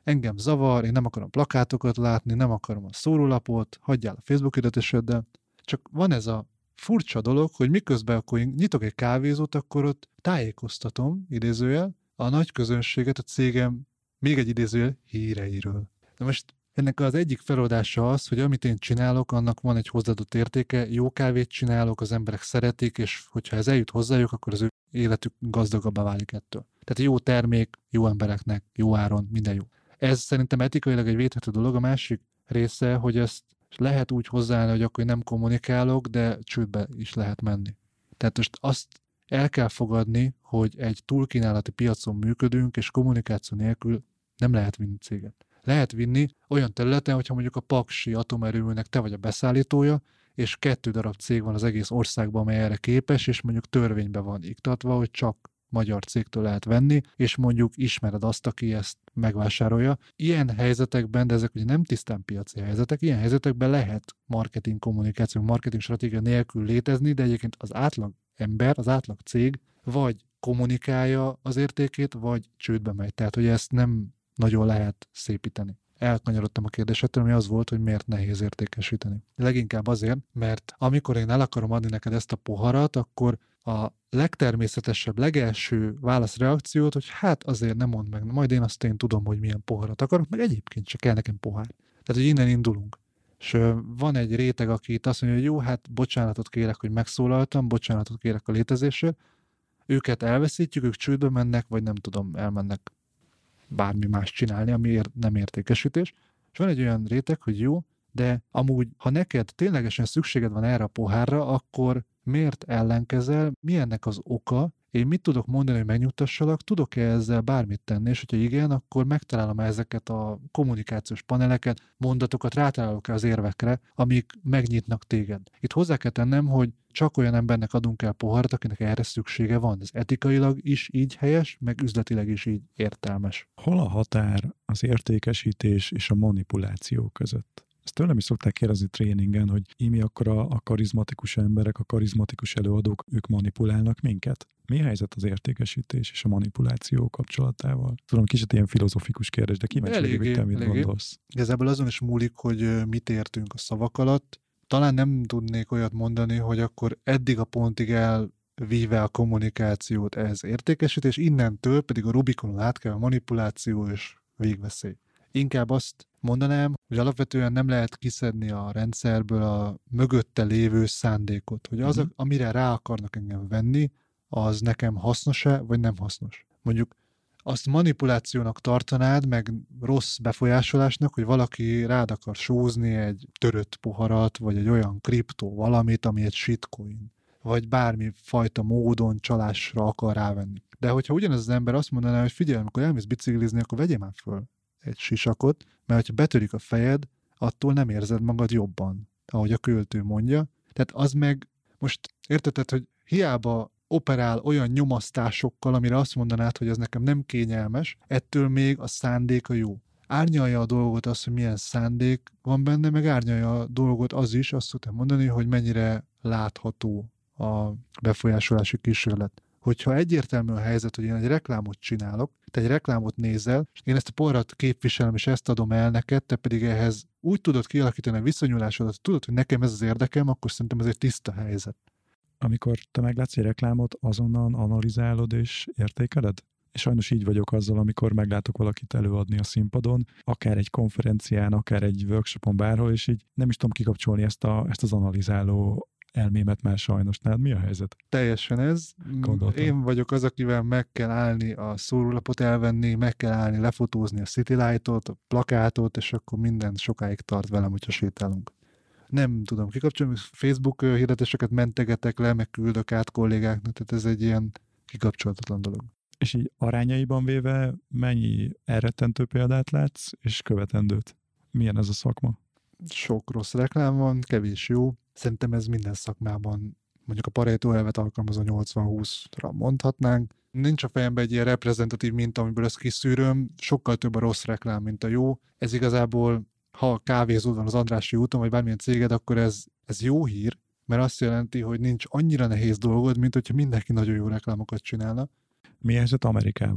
Speaker 2: engem zavar, én nem akarom plakátokat látni, nem akarom a szórólapot, hagyjál a Facebook hirdetéseddel. Csak van ez a furcsa dolog, hogy miközben akkor én nyitok egy kávézót, akkor ott tájékoztatom, idézőjel, a nagy közönséget, a cégem még egy idézőjel híreiről. De most ennek az egyik feloldása az, hogy amit én csinálok, annak van egy hozzáadott értéke, jó kávét csinálok, az emberek szeretik, és hogyha ez eljut hozzájuk, akkor az ő életük gazdagabbá válik ettől. Tehát jó termék, jó embereknek, jó áron, minden jó. Ez szerintem etikailag egy védhető dolog. A másik része, hogy ezt lehet úgy hozzáállni, hogy akkor én nem kommunikálok, de csődbe is lehet menni. Tehát most azt el kell fogadni, hogy egy túlkínálati piacon működünk, és kommunikáció nélkül nem lehet vinni céget. Lehet vinni olyan területen, hogyha mondjuk a Paksi atomerőműnek te vagy a beszállítója, és kettő darab cég van az egész országban, amely erre képes, és mondjuk törvényben van iktatva, hogy csak magyar cégtől lehet venni, és mondjuk ismered azt, aki ezt megvásárolja. Ilyen helyzetekben, de ezek ugye nem tisztán piaci helyzetek, ilyen helyzetekben lehet marketing kommunikáció, marketing stratégia nélkül létezni, de egyébként az átlag ember, az átlag cég vagy kommunikálja az értékét, vagy csődbe megy. Tehát, hogy ezt nem nagyon lehet szépíteni. Elkanyarodtam a kérdésettől, ami az volt, hogy miért nehéz értékesíteni. Leginkább azért, mert amikor én el akarom adni neked ezt a poharat, akkor a legtermészetesebb, legelső válaszreakciót, hogy hát azért nem mondd meg, majd én azt én tudom, hogy milyen poharat akarok, meg egyébként csak kell nekem pohár. Tehát, hogy innen indulunk. És van egy réteg, aki itt azt mondja, hogy jó, hát bocsánatot kérek, hogy megszólaltam, bocsánatot kérek a létezésért. Őket elveszítjük, ők csődbe mennek, vagy nem tudom, elmennek bármi más csinálni, ami ér, nem értékesítés. És van egy olyan réteg, hogy jó, de amúgy, ha neked ténylegesen szükséged van erre a pohárra, akkor miért ellenkezel, mi ennek az oka, én mit tudok mondani, hogy megnyugtassalak, tudok-e ezzel bármit tenni, és hogyha igen, akkor megtalálom ezeket a kommunikációs paneleket, mondatokat, rátalálok-e az érvekre, amik megnyitnak téged. Itt hozzá kell tennem, hogy csak olyan embernek adunk el poharat, akinek erre szüksége van. Ez etikailag is így helyes, meg üzletileg is így értelmes.
Speaker 3: Hol a határ az értékesítés és a manipuláció között? Ezt tőlem is szokták kérdezni tréningen, hogy imi akkor a, a karizmatikus emberek, a karizmatikus előadók, ők manipulálnak minket. Mi a helyzet az értékesítés és a manipuláció kapcsolatával? Tudom, kicsit ilyen filozofikus kérdés, de kíváncsi vagyok, hogy te mit eléggé. gondolsz.
Speaker 2: Igazából azon is múlik, hogy mit értünk a szavak alatt. Talán nem tudnék olyat mondani, hogy akkor eddig a pontig elvíve a kommunikációt ez értékesítés, innentől pedig a Rubikonon át kell a manipuláció és végveszély. Inkább azt mondanám, hogy alapvetően nem lehet kiszedni a rendszerből a mögötte lévő szándékot, hogy az, amire rá akarnak engem venni, az nekem hasznos-e, vagy nem hasznos. Mondjuk azt manipulációnak tartanád, meg rossz befolyásolásnak, hogy valaki rád akar sózni egy törött poharat, vagy egy olyan kriptó valamit, ami egy shitcoin, vagy bármi fajta módon csalásra akar rávenni. De hogyha ugyanez az ember azt mondaná, hogy figyelj, amikor elmész biciklizni, akkor vegyél már föl egy sisakot, mert ha betörik a fejed, attól nem érzed magad jobban, ahogy a költő mondja. Tehát az meg, most érted, hogy hiába operál olyan nyomasztásokkal, amire azt mondanád, hogy ez nekem nem kényelmes, ettől még a szándéka jó. Árnyalja a dolgot az, hogy milyen szándék van benne, meg árnyalja a dolgot az is, azt szoktam mondani, hogy mennyire látható a befolyásolási kísérlet. Hogyha egyértelmű a helyzet, hogy én egy reklámot csinálok, te egy reklámot nézel, és én ezt a poharat képviselem, és ezt adom el neked, te pedig ehhez úgy tudod kialakítani a viszonyulásodat, tudod, hogy nekem ez az érdekem, akkor szerintem ez egy tiszta helyzet.
Speaker 3: Amikor te meglátsz egy reklámot, azonnal analizálod és értékeled? És sajnos így vagyok azzal, amikor meglátok valakit előadni a színpadon, akár egy konferencián, akár egy workshopon, bárhol, és így nem is tudom kikapcsolni ezt, a, ezt az analizáló elmémet már sajnos. Nálad mi a helyzet?
Speaker 2: Teljesen ez. Gondoltam. Én vagyok az, akivel meg kell állni a szórólapot elvenni, meg kell állni lefotózni a City Light-ot, a plakátot, és akkor minden sokáig tart velem, hogyha sétálunk. Nem tudom kikapcsolni, Facebook hirdetéseket mentegetek le, meg küldök át kollégáknak, tehát ez egy ilyen kikapcsolhatatlan dolog.
Speaker 3: És így arányaiban véve mennyi elrettentő példát látsz, és követendőt? Milyen ez a szakma?
Speaker 2: Sok rossz reklám van, kevés jó. Szerintem ez minden szakmában, mondjuk a Pareto elvet alkalmazó nyolcvan-húszra mondhatnánk. Nincs a fejemben egy ilyen reprezentatív minta, amiből ezt kiszűröm, sokkal több a rossz reklám, mint a jó. Ez igazából, ha kávézód van az Andrássy úton, vagy bármilyen céged, akkor ez, ez jó hír, mert azt jelenti, hogy nincs annyira nehéz dolgod, mint hogyha mindenki nagyon jó reklámokat csinálna.
Speaker 3: Mi helyzet Amerikával?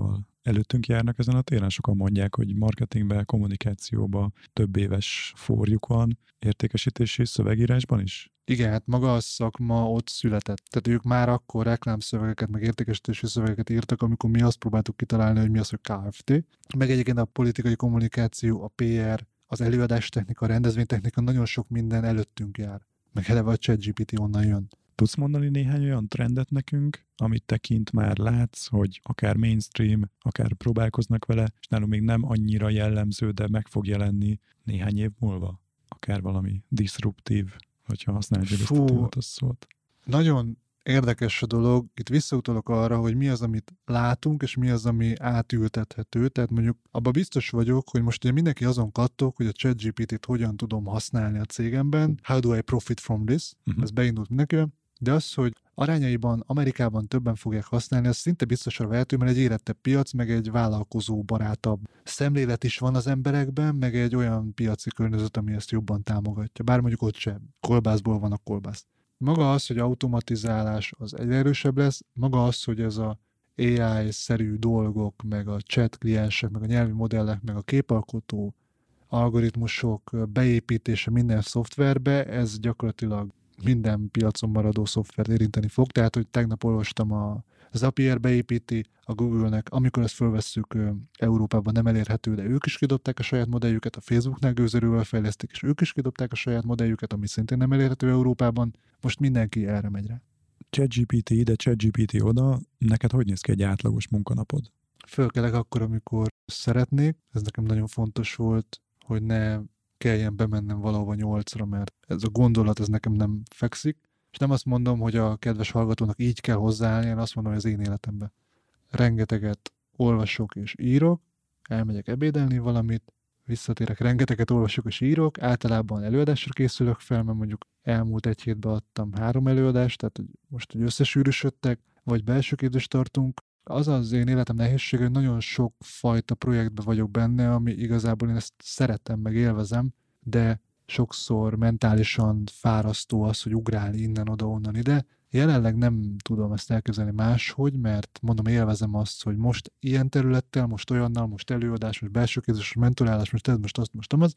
Speaker 3: előttünk járnak ezen a téren. Sokan mondják, hogy marketingben, kommunikációban több éves forjuk van, értékesítési szövegírásban is.
Speaker 2: Igen, hát maga a szakma ott született. Tehát ők már akkor reklámszövegeket, meg értékesítési szövegeket írtak, amikor mi azt próbáltuk kitalálni, hogy mi az, hogy ká ef té. Meg egyébként a politikai kommunikáció, a pé er, az előadástechnika, a rendezvénytechnika, nagyon sok minden előttünk jár. Meg eleve a ChatGPT onnan jön.
Speaker 3: Tudsz mondani néhány olyan trendet nekünk, amit tekint már látsz, hogy akár mainstream, akár próbálkoznak vele, és nálunk még nem annyira jellemző, de meg fog jelenni néhány év múlva? Akár valami disruptív, hogyha használjuk ezt a témát, szólt.
Speaker 2: Nagyon érdekes a dolog. Itt visszautalok arra, hogy mi az, amit látunk, és mi az, ami átültethető. Tehát mondjuk abban biztos vagyok, hogy most ugye mindenki azon kattog, hogy a ChatGPT-t hogyan tudom használni a cégemben. How do I profit from this? Uh-huh. Ez beindult mindenkiben. De az, hogy arányaiban Amerikában többen fogják használni, az szinte biztosra vehető, mert egy érettebb piac, meg egy vállalkozó barátabb szemlélet is van az emberekben, meg egy olyan piaci környezet, ami ezt jobban támogatja. Bár mondjuk ott sem. Kolbászból van a kolbász. Maga az, hogy automatizálás az egyre erősebb lesz, maga az, hogy ez a á i-szerű dolgok, meg a chat kliensek, meg a nyelvi modellek, meg a képalkotó algoritmusok beépítése minden szoftverbe, ez gyakorlatilag minden piacon maradó szoftvert érinteni fog. Tehát, hogy tegnap olvastam, a Zapier beépíti a Google-nek, amikor ezt fölvesszük, Európában nem elérhető, de ők is kidobták a saját modelljüket, a Facebooknál gőzerővel fejlesztik, és ők is kidobták a saját modelljüket, ami szintén nem elérhető Európában. Most mindenki erre megy rá.
Speaker 3: ChatGPT ide, ChatGPT oda, neked hogy néz ki egy átlagos munkanapod?
Speaker 2: Fölkelek akkor, amikor szeretnék. Ez nekem nagyon fontos volt, hogy ne kelljen bemennem valahova nyolcra, mert ez a gondolat, ez nekem nem fekszik. És nem azt mondom, hogy a kedves hallgatónak így kell hozzáállni, én azt mondom, hogy az én életemben. Rengeteget olvasok és írok, elmegyek ebédelni valamit, visszatérek, rengeteget olvasok és írok, általában előadásra készülök fel, mert mondjuk elmúlt egy hétben adtam három előadást, tehát hogy most hogy összesűrűsödtek, vagy belső képzést tartunk. Az az én életem nehézsége, hogy nagyon sok fajta projektben vagyok benne, ami igazából én ezt szeretem, meg élvezem, de sokszor mentálisan fárasztó az, hogy ugrálni innen, oda, onnan, ide. Jelenleg nem tudom ezt elképzelni máshogy, mert mondom, élvezem azt, hogy most ilyen területtel, most olyannal, most előadás, most belső képzés, most mentorálás, most ez, most azt, most az.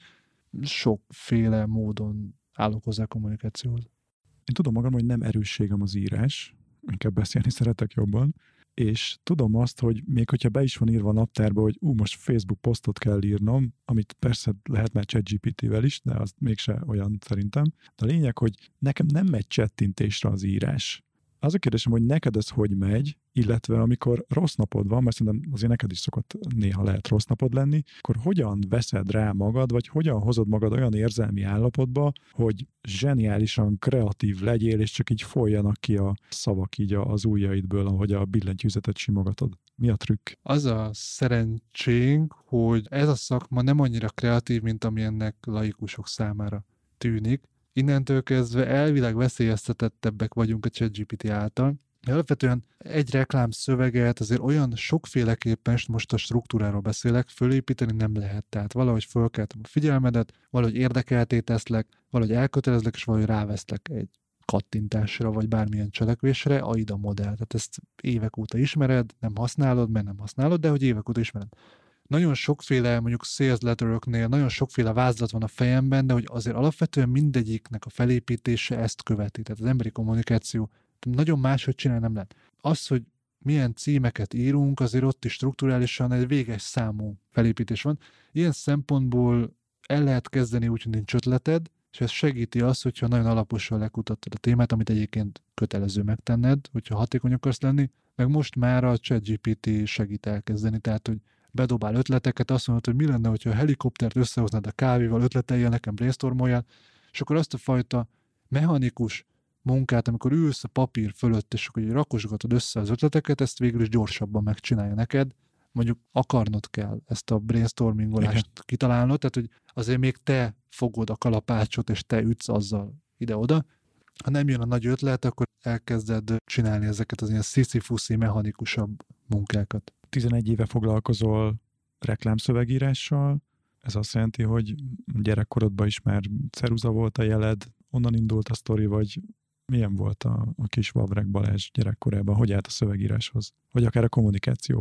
Speaker 2: Sokféle módon állok hozzá a kommunikációhoz.
Speaker 3: Én tudom magam, hogy nem erősségem az írás, inkább beszélni szeretek jobban, és tudom azt, hogy még hogyha be is van írva a naptárba, hogy ú, most Facebook posztot kell írnom, amit persze lehet már ChatGPT-vel is, de az mégse olyan szerintem. De a lényeg, hogy nekem nem megy csettintésre az írás. Az a kérdésem, hogy neked ez hogy megy, illetve amikor rossz napod van, mert szerintem azért neked is szokott néha lehet rossz napod lenni, akkor hogyan veszed rá magad, vagy hogyan hozod magad olyan érzelmi állapotba, hogy zseniálisan kreatív legyél, és csak így folyjanak ki a szavak így az ujjaidből, ahogy a billentyűzetet simogatod. Mi a trükk?
Speaker 2: Az a szerencsénk, hogy ez a szakma nem annyira kreatív, mint ami ennek laikusok számára tűnik. Innentől kezdve elvileg veszélyeztetettebbek vagyunk a ChatGPT által. Alapvetően egy reklám szöveget azért olyan sokféleképpen, és most a struktúráról beszélek, fölépíteni nem lehet. Tehát valahogy fölkeltem a figyelmedet, valahogy érdekelté teszlek, valahogy elkötelezlek, és valahogy ráveszlek egy kattintásra, vagy bármilyen cselekvésre, á i dé modell. Tehát ezt évek óta ismered, nem használod, mert nem használod, de hogy évek óta ismered. Nagyon sokféle, mondjuk sales letteröknél, nagyon sokféle vázlat van a fejemben, de hogy azért alapvetően mindegyiknek a felépítése ezt követi. Tehát az emberi kommunikáció nagyon máshogy csinálni nem lehet. Az, hogy milyen címeket írunk, azért ott is strukturálisan egy véges számú felépítés van. Ilyen szempontból el lehet kezdeni úgy, hogy nincs ötleted, és ez segíti azt, hogyha nagyon alaposan lekutattad a témát, amit egyébként kötelező megtenned, hogyha hatékony akarsz lenni, meg most már a ChatGPT segít elkezdeni, tehát, hogy bedobál ötleteket, azt mondod, hogy mi lenne, hogyha a helikoptert összehoznád a kávéval, ötleteljél, nekem brainstormoljál, és akkor azt a fajta mechanikus munkát, amikor ülsz a papír fölött, és akkor rakosgatod össze az ötleteket, ezt végül is gyorsabban megcsinálja neked. Mondjuk akarnod kell ezt a brainstormingolást igen. kitalálnod, tehát hogy azért még te fogod a kalapácsot, és te ütsz azzal ide-oda. Ha nem jön a nagy ötlet, akkor elkezded csinálni ezeket az ilyen sziszifuszi, mechanikusabb munkákat.
Speaker 3: tizenegy éve foglalkozol reklámszövegírással, ez azt jelenti, hogy gyerekkorodban is már ceruza volt a jeled, onnan indult a sztori, vagy milyen volt a, a kis Vavreg Balázs gyerekkorában, hogy állt a szövegíráshoz, vagy akár a kommunikációhoz?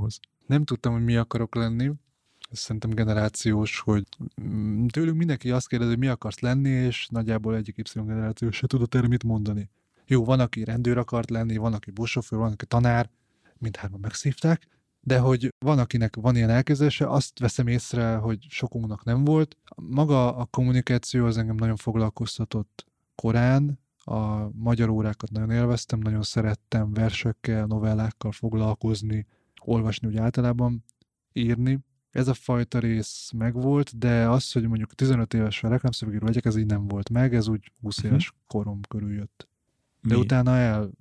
Speaker 2: Nem tudtam, hogy mi akarok lenni. Ez szerintem generációs, hogy tőlünk mindenki azt kérdezi, hogy mi akarsz lenni, és nagyjából egyik Y generáció se tudott erre mit mondani. Jó, van, aki rendőr akart lenni, van, aki buszsofőr, van, aki tanár, mindhárman megszívták, de hogy van, akinek van ilyen elképzelése, azt veszem észre, hogy sokunknak nem volt. Maga a kommunikáció az engem nagyon foglalkoztatott korán, a magyar órákat nagyon élveztem, nagyon szerettem versekkel, novellákkal foglalkozni, olvasni úgy általában, írni. Ez a fajta rész megvolt, de az, hogy mondjuk tizenöt évesen reklámszövegíró legyek, ez így nem volt meg, ez úgy húsz uh-huh. éves korom körül jött. De Mi? utána el,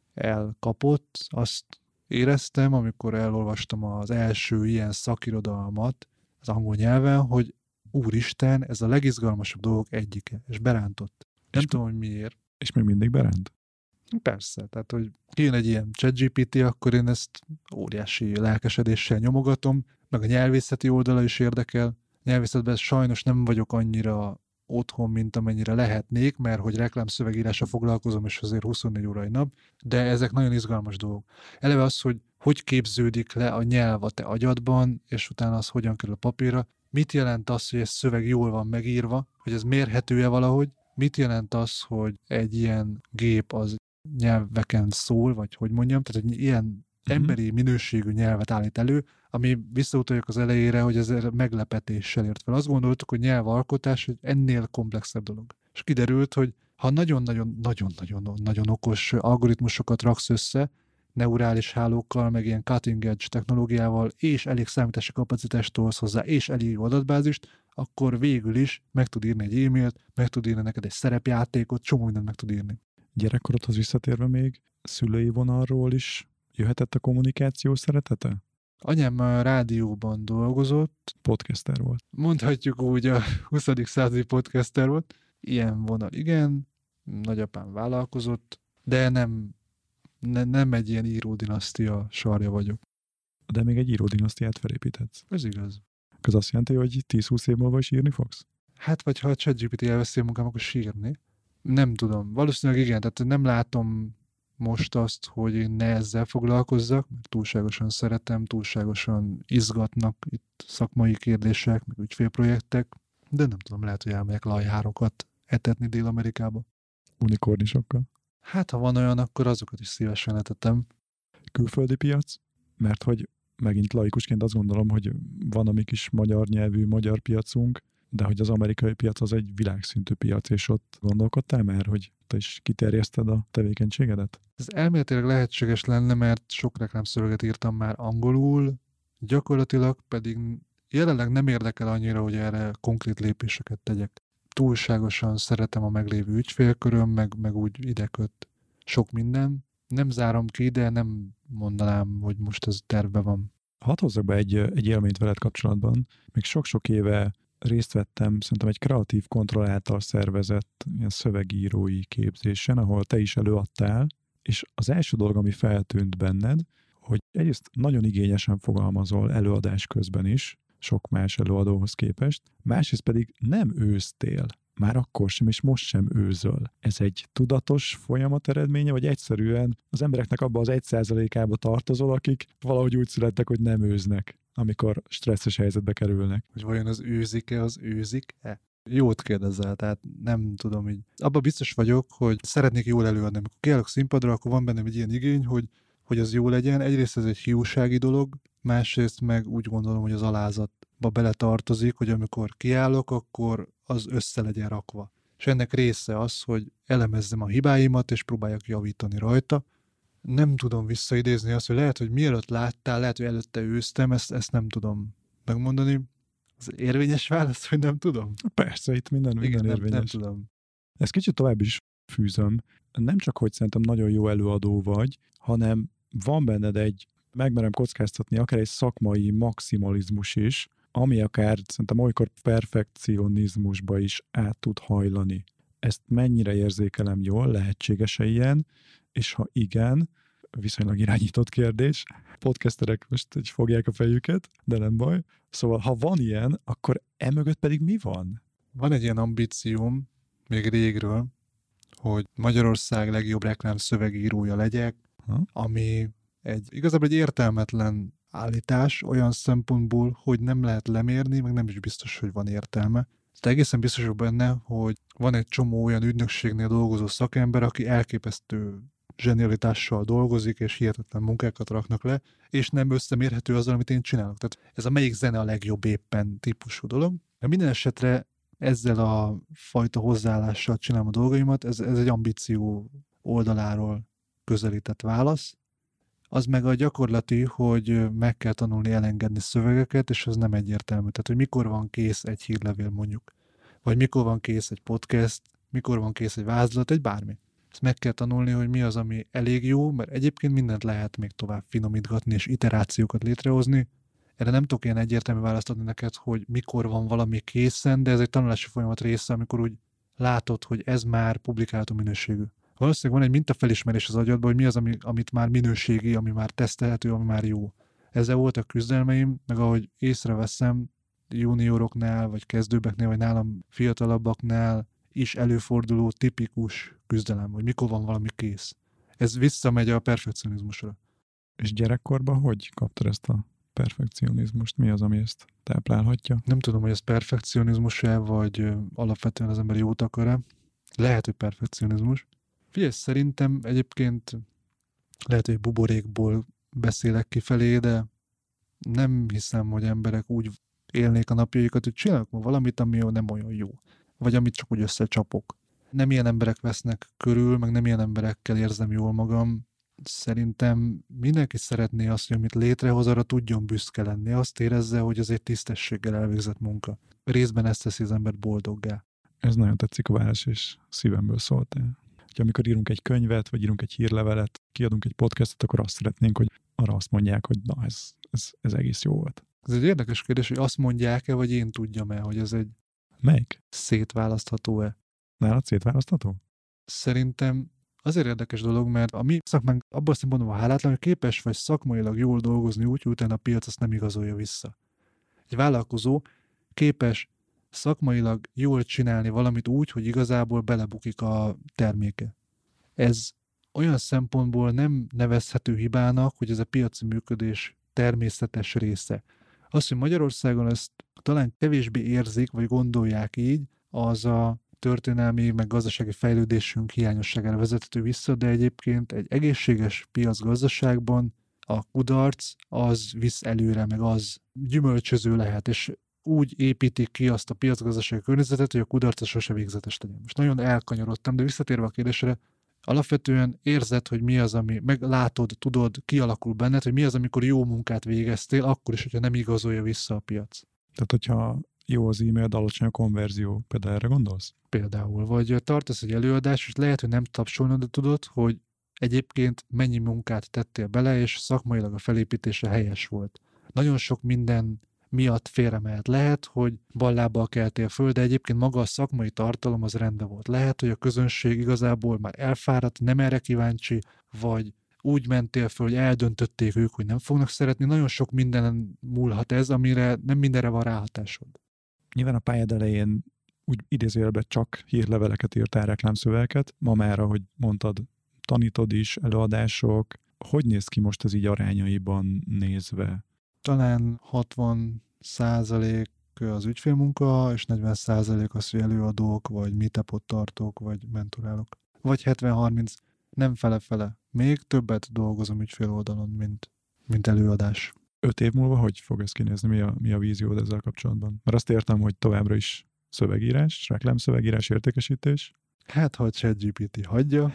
Speaker 2: elkapott, azt éreztem, amikor elolvastam az első ilyen szakirodalmat az angol nyelven, hogy úristen, ez a legizgalmasabb dolgok egyike, és berántott. Nem és tudom, hogy miért.
Speaker 3: És még mindig beránt?
Speaker 2: Persze, tehát, hogy kijön egy ilyen ChatGPT, akkor én ezt óriási lelkesedéssel nyomogatom, meg a nyelvészeti oldala is érdekel. Nyelvészetben sajnos nem vagyok annyira otthon, mint amennyire lehetnék, mert hogy reklámszövegírásra foglalkozom, és azért huszonnégy órai nap, de ezek nagyon izgalmas dolgok. Eleve az, hogy hogy képződik le a nyelv a te agyadban, és utána az hogyan kerül a papírra. Mit jelent az, hogy ez szöveg jól van megírva, hogy ez mérhető-e valahogy? Mit jelent az, hogy egy ilyen gép az nyelveken szól, vagy hogy mondjam, tehát egy ilyen uh-huh. emberi minőségű nyelvet állít elő, ami visszautaljak az elejére, hogy ez meglepetéssel ért fel. Azt gondoltuk, hogy nyelvalkotás egy ennél komplexebb dolog. És kiderült, hogy ha nagyon-nagyon-nagyon-nagyon okos algoritmusokat raksz össze, neurális hálókkal, meg ilyen cutting edge technológiával, és elég számítási kapacitást tolsz hozzá, és elég adatbázist, akkor végül is meg tud írni egy e-mailt, meg tud írni neked egy szerepjátékot, csomó mindent meg tud írni.
Speaker 3: Gyerekkorodhoz visszatérve még, szülői vonalról is jöhetett a kommunikáció szeretete?
Speaker 2: Anyám a rádióban dolgozott.
Speaker 3: Podcaster volt.
Speaker 2: Mondhatjuk úgy, a huszadik századi podcaster volt. Ilyen vonal, igen. Nagyapám vállalkozott, de nem, ne, nem egy ilyen íródinasztia sarja vagyok.
Speaker 3: De még egy íródinasztiát felépíthetsz.
Speaker 2: Ez igaz.
Speaker 3: Ez azt jelenti, hogy tíz-húsz év múlva is írni fogsz?
Speaker 2: Hát, vagy ha a ChatGPT elveszi a munkám, akkor sírni. Nem tudom. Valószínűleg igen, tehát nem látom most azt, hogy én ne ezzel foglalkozzak, mert túlságosan szeretem, túlságosan izgatnak itt szakmai kérdések, meg ügyfélprojektek, de nem tudom, lehet, hogy elmegyek lajhárokat etetni Dél-Amerikába.
Speaker 3: Unikornisokkal?
Speaker 2: Hát, ha van olyan, akkor azokat is szívesen etetem.
Speaker 3: Külföldi piac? Mert hogy megint laikusként azt gondolom, hogy van a mi kis magyar nyelvű magyar piacunk, de hogy az amerikai piac az egy világszintű piac, és ott gondolkodtál már, hogy te is kiterjeszted a tevékenységedet?
Speaker 2: Ez elméletileg lehetséges lenne, mert sok reklámszöveget írtam már angolul, gyakorlatilag pedig jelenleg nem érdekel annyira, hogy erre konkrét lépéseket tegyek. Túlságosan szeretem a meglévő ügyfélköröm, meg, meg úgy ideköt sok minden. Nem zárom ki, de nem mondanám, hogy most ez terve van.
Speaker 3: Hadd hozzak be egy, egy élményt veled kapcsolatban. Még sok-sok éve részt vettem, szerintem egy kreatív kontroll által szervezett ilyen szövegírói képzésen, ahol te is előadtál, és az első dolog, ami feltűnt benned, hogy egyrészt nagyon igényesen fogalmazol előadás közben is, sok más előadóhoz képest, másrészt pedig nem őztél, már akkor sem, és most sem őzöl. Ez egy tudatos folyamat eredménye, vagy egyszerűen az embereknek abban az egy százalékába tartozol, akik valahogy úgy születtek, hogy nem őznek, amikor stresszes helyzetbe kerülnek.
Speaker 2: Hogy vajon az őzik-e, az őzik-e? Jót kérdezel, tehát nem tudom így. Abban biztos vagyok, hogy szeretnék jól előadni. Amikor kiállok színpadra, akkor van bennem egy ilyen igény, hogy, hogy az jó legyen. Egyrészt ez egy hiúsági dolog, másrészt meg úgy gondolom, hogy az alázatba beletartozik, hogy amikor kiállok, akkor az össze legyen rakva. És ennek része az, hogy elemezzem a hibáimat, és próbáljak javítani rajta. Nem tudom visszaidézni azt, hogy lehet, hogy mielőtt láttál, lehet, hogy előtte őztem, ezt, ezt nem tudom megmondani. Az érvényes válasz, hogy nem tudom?
Speaker 3: Persze, itt minden, minden
Speaker 2: Igen,
Speaker 3: érvényes.
Speaker 2: Nem, nem tudom.
Speaker 3: Ezt kicsit tovább is fűzöm. Nem csak, hogy szerintem nagyon jó előadó vagy, hanem van benned egy, megmerem kockáztatni, akár egy szakmai maximalizmus is, ami akár szerintem olykor perfekcionizmusba is át tud hajlani. Ezt mennyire érzékelem jól, lehetséges-e ilyen, és ha igen, viszonylag irányított kérdés, podcasterek most így fogják a fejüket, de nem baj. Szóval, ha van ilyen, akkor emögött pedig mi van?
Speaker 2: Van egy ilyen ambícióm, még régről, hogy Magyarország legjobb reklám szövegírója legyek, ha? ami egy igazából egy értelmetlen állítás olyan szempontból, hogy nem lehet lemérni, meg nem is biztos, hogy van értelme. De egészen biztos vagyok benne, hogy van egy csomó olyan ügynökségnél dolgozó szakember, aki elképesztő zsenialitással dolgozik, és hihetetlen munkákat raknak le, és nem összemérhető azzal, amit én csinálok. Tehát ez a melyik zene a legjobb éppen típusú dolog. De minden esetre ezzel a fajta hozzáállással csinálom a dolgaimat, ez, ez egy ambíció oldaláról közelített válasz. Az meg a gyakorlati, hogy meg kell tanulni elengedni szövegeket, és ez nem egyértelmű. Tehát, hogy mikor van kész egy hírlevél mondjuk, vagy mikor van kész egy podcast, mikor van kész egy vázlat, egy bármi. Ezt meg kell tanulni, hogy mi az, ami elég jó, mert egyébként mindent lehet még tovább finomítgatni, és iterációkat létrehozni. Erre nem tudok ilyen egyértelmű választ adni neked, hogy mikor van valami készen, de ez egy tanulási folyamat része, amikor úgy látod, hogy ez már publikálható minőségű. Valószínűleg van egy mintafelismerés az agyadban, hogy mi az, ami, amit már minőségi, ami már tesztelhető, ami már jó. Ezzel voltak küzdelmeim, meg ahogy észreveszem, junioroknál, vagy kezdőbbeknél, vagy nálam fiatalabbaknál is előforduló tipikus küzdelem, hogy mikor van valami kész. Ez visszamegy a perfekcionizmusra.
Speaker 3: És gyerekkorban hogy kaptad ezt a perfekcionizmust? Mi az, ami ezt táplálhatja?
Speaker 2: Nem tudom, hogy ez perfekcionizmus-e, vagy alapvetően az ember jót akar-e. Lehet, hogy perfekcionizmus. Figyelj, szerintem egyébként lehet, hogy buborékból beszélek kifelé, de nem hiszem, hogy emberek úgy élnék a napjaikat, hogy csinálok ma valamit, ami nem olyan jó. Vagy amit csak úgy összecsapok. Nem ilyen emberek vesznek körül, meg nem ilyen emberekkel érzem jól magam. Szerintem mindenki szeretné azt, hogy amit létrehoz, arra tudjon büszke lenni. Azt érezze, hogy ez egy tisztességgel elvégzett munka. Részben ezt teszi az embert boldoggá.
Speaker 3: Ez nagyon tetszik a válasz, és szívemből szóltál. Hogy amikor írunk egy könyvet, vagy írunk egy hírlevelet, kiadunk egy podcastot, akkor azt szeretnénk, hogy arra azt mondják, hogy na, ez, ez, ez egész jó volt.
Speaker 2: Ez egy érdekes kérdés, hogy azt mondják-e, vagy én tudjam-e, hogy ez egy
Speaker 3: Melyik?
Speaker 2: szétválasztható-e.
Speaker 3: Nálad szétválasztható?
Speaker 2: Szerintem azért érdekes dolog, mert a mi szakmánk abban a szempontból hálátlan, hogy képes vagy szakmailag jól dolgozni úgy, hogy utána a piac azt nem igazolja vissza. Egy vállalkozó képes szakmailag jól csinálni valamit úgy, hogy igazából belebukik a terméke. Ez olyan szempontból nem nevezhető hibának, hogy ez a piaci működés természetes része. Az, hogy Magyarországon ezt talán kevésbé érzik, vagy gondolják így, az a történelmi, meg gazdasági fejlődésünk hiányosságára vezethető vissza, de egyébként egy egészséges piacgazdaságban a kudarc az visz előre, meg az gyümölcsöző lehet, és úgy építik ki azt a piacgazdasági környezetet, hogy a kudarc sose végzetes legyen. Most nagyon elkanyarodtam, de visszatérve a kérdésre, alapvetően érzed, hogy mi az, ami, meg látod, tudod, kialakul benned, hogy mi az, amikor jó munkát végeztél, akkor is, hogyha nem igazolja vissza a piac.
Speaker 3: Tehát, hogyha jó az e-mail, de alacsony a konverzió, például erre gondolsz?
Speaker 2: Például, vagy tartasz egy előadást, és lehet, hogy nem tapsolnod, de tudod, hogy egyébként mennyi munkát tettél bele, és szakmailag a felépítése helyes volt. Nagyon sok minden miatt félremehet. Lehet, hogy ballábbal keltél föl, de egyébként maga a szakmai tartalom az rendben volt. Lehet, hogy a közönség igazából már elfáradt, nem erre kíváncsi, vagy úgy mentél föl, hogy eldöntötték ők, hogy nem fognak szeretni. Nagyon sok mindenen múlhat ez, amire nem mindenre van ráhatásod.
Speaker 3: Nyilván a pályád elején úgy idézőjelben csak hírleveleket írtál, reklámszövegeket. Ma már, ahogy mondtad, tanítod is, előadások. Hogy néz ki most ez így arányaiban nézve?
Speaker 2: Talán hatvan százalék az ügyfélmunka, és negyven százalék az, hogy előadók, vagy meetupot tartok, vagy mentorálok. Vagy hetven harminc, nem fele-fele. Még többet dolgozom ügyfél oldalon, mint, mint előadás.
Speaker 3: Öt év múlva hogy fog ez kinézni? Mi a, mi a víziód ezzel kapcsolatban? Mert azt értem, hogy továbbra is szövegírás, reklámszövegírás, értékesítés.
Speaker 2: Hát, ha a ChatGPT hagyja.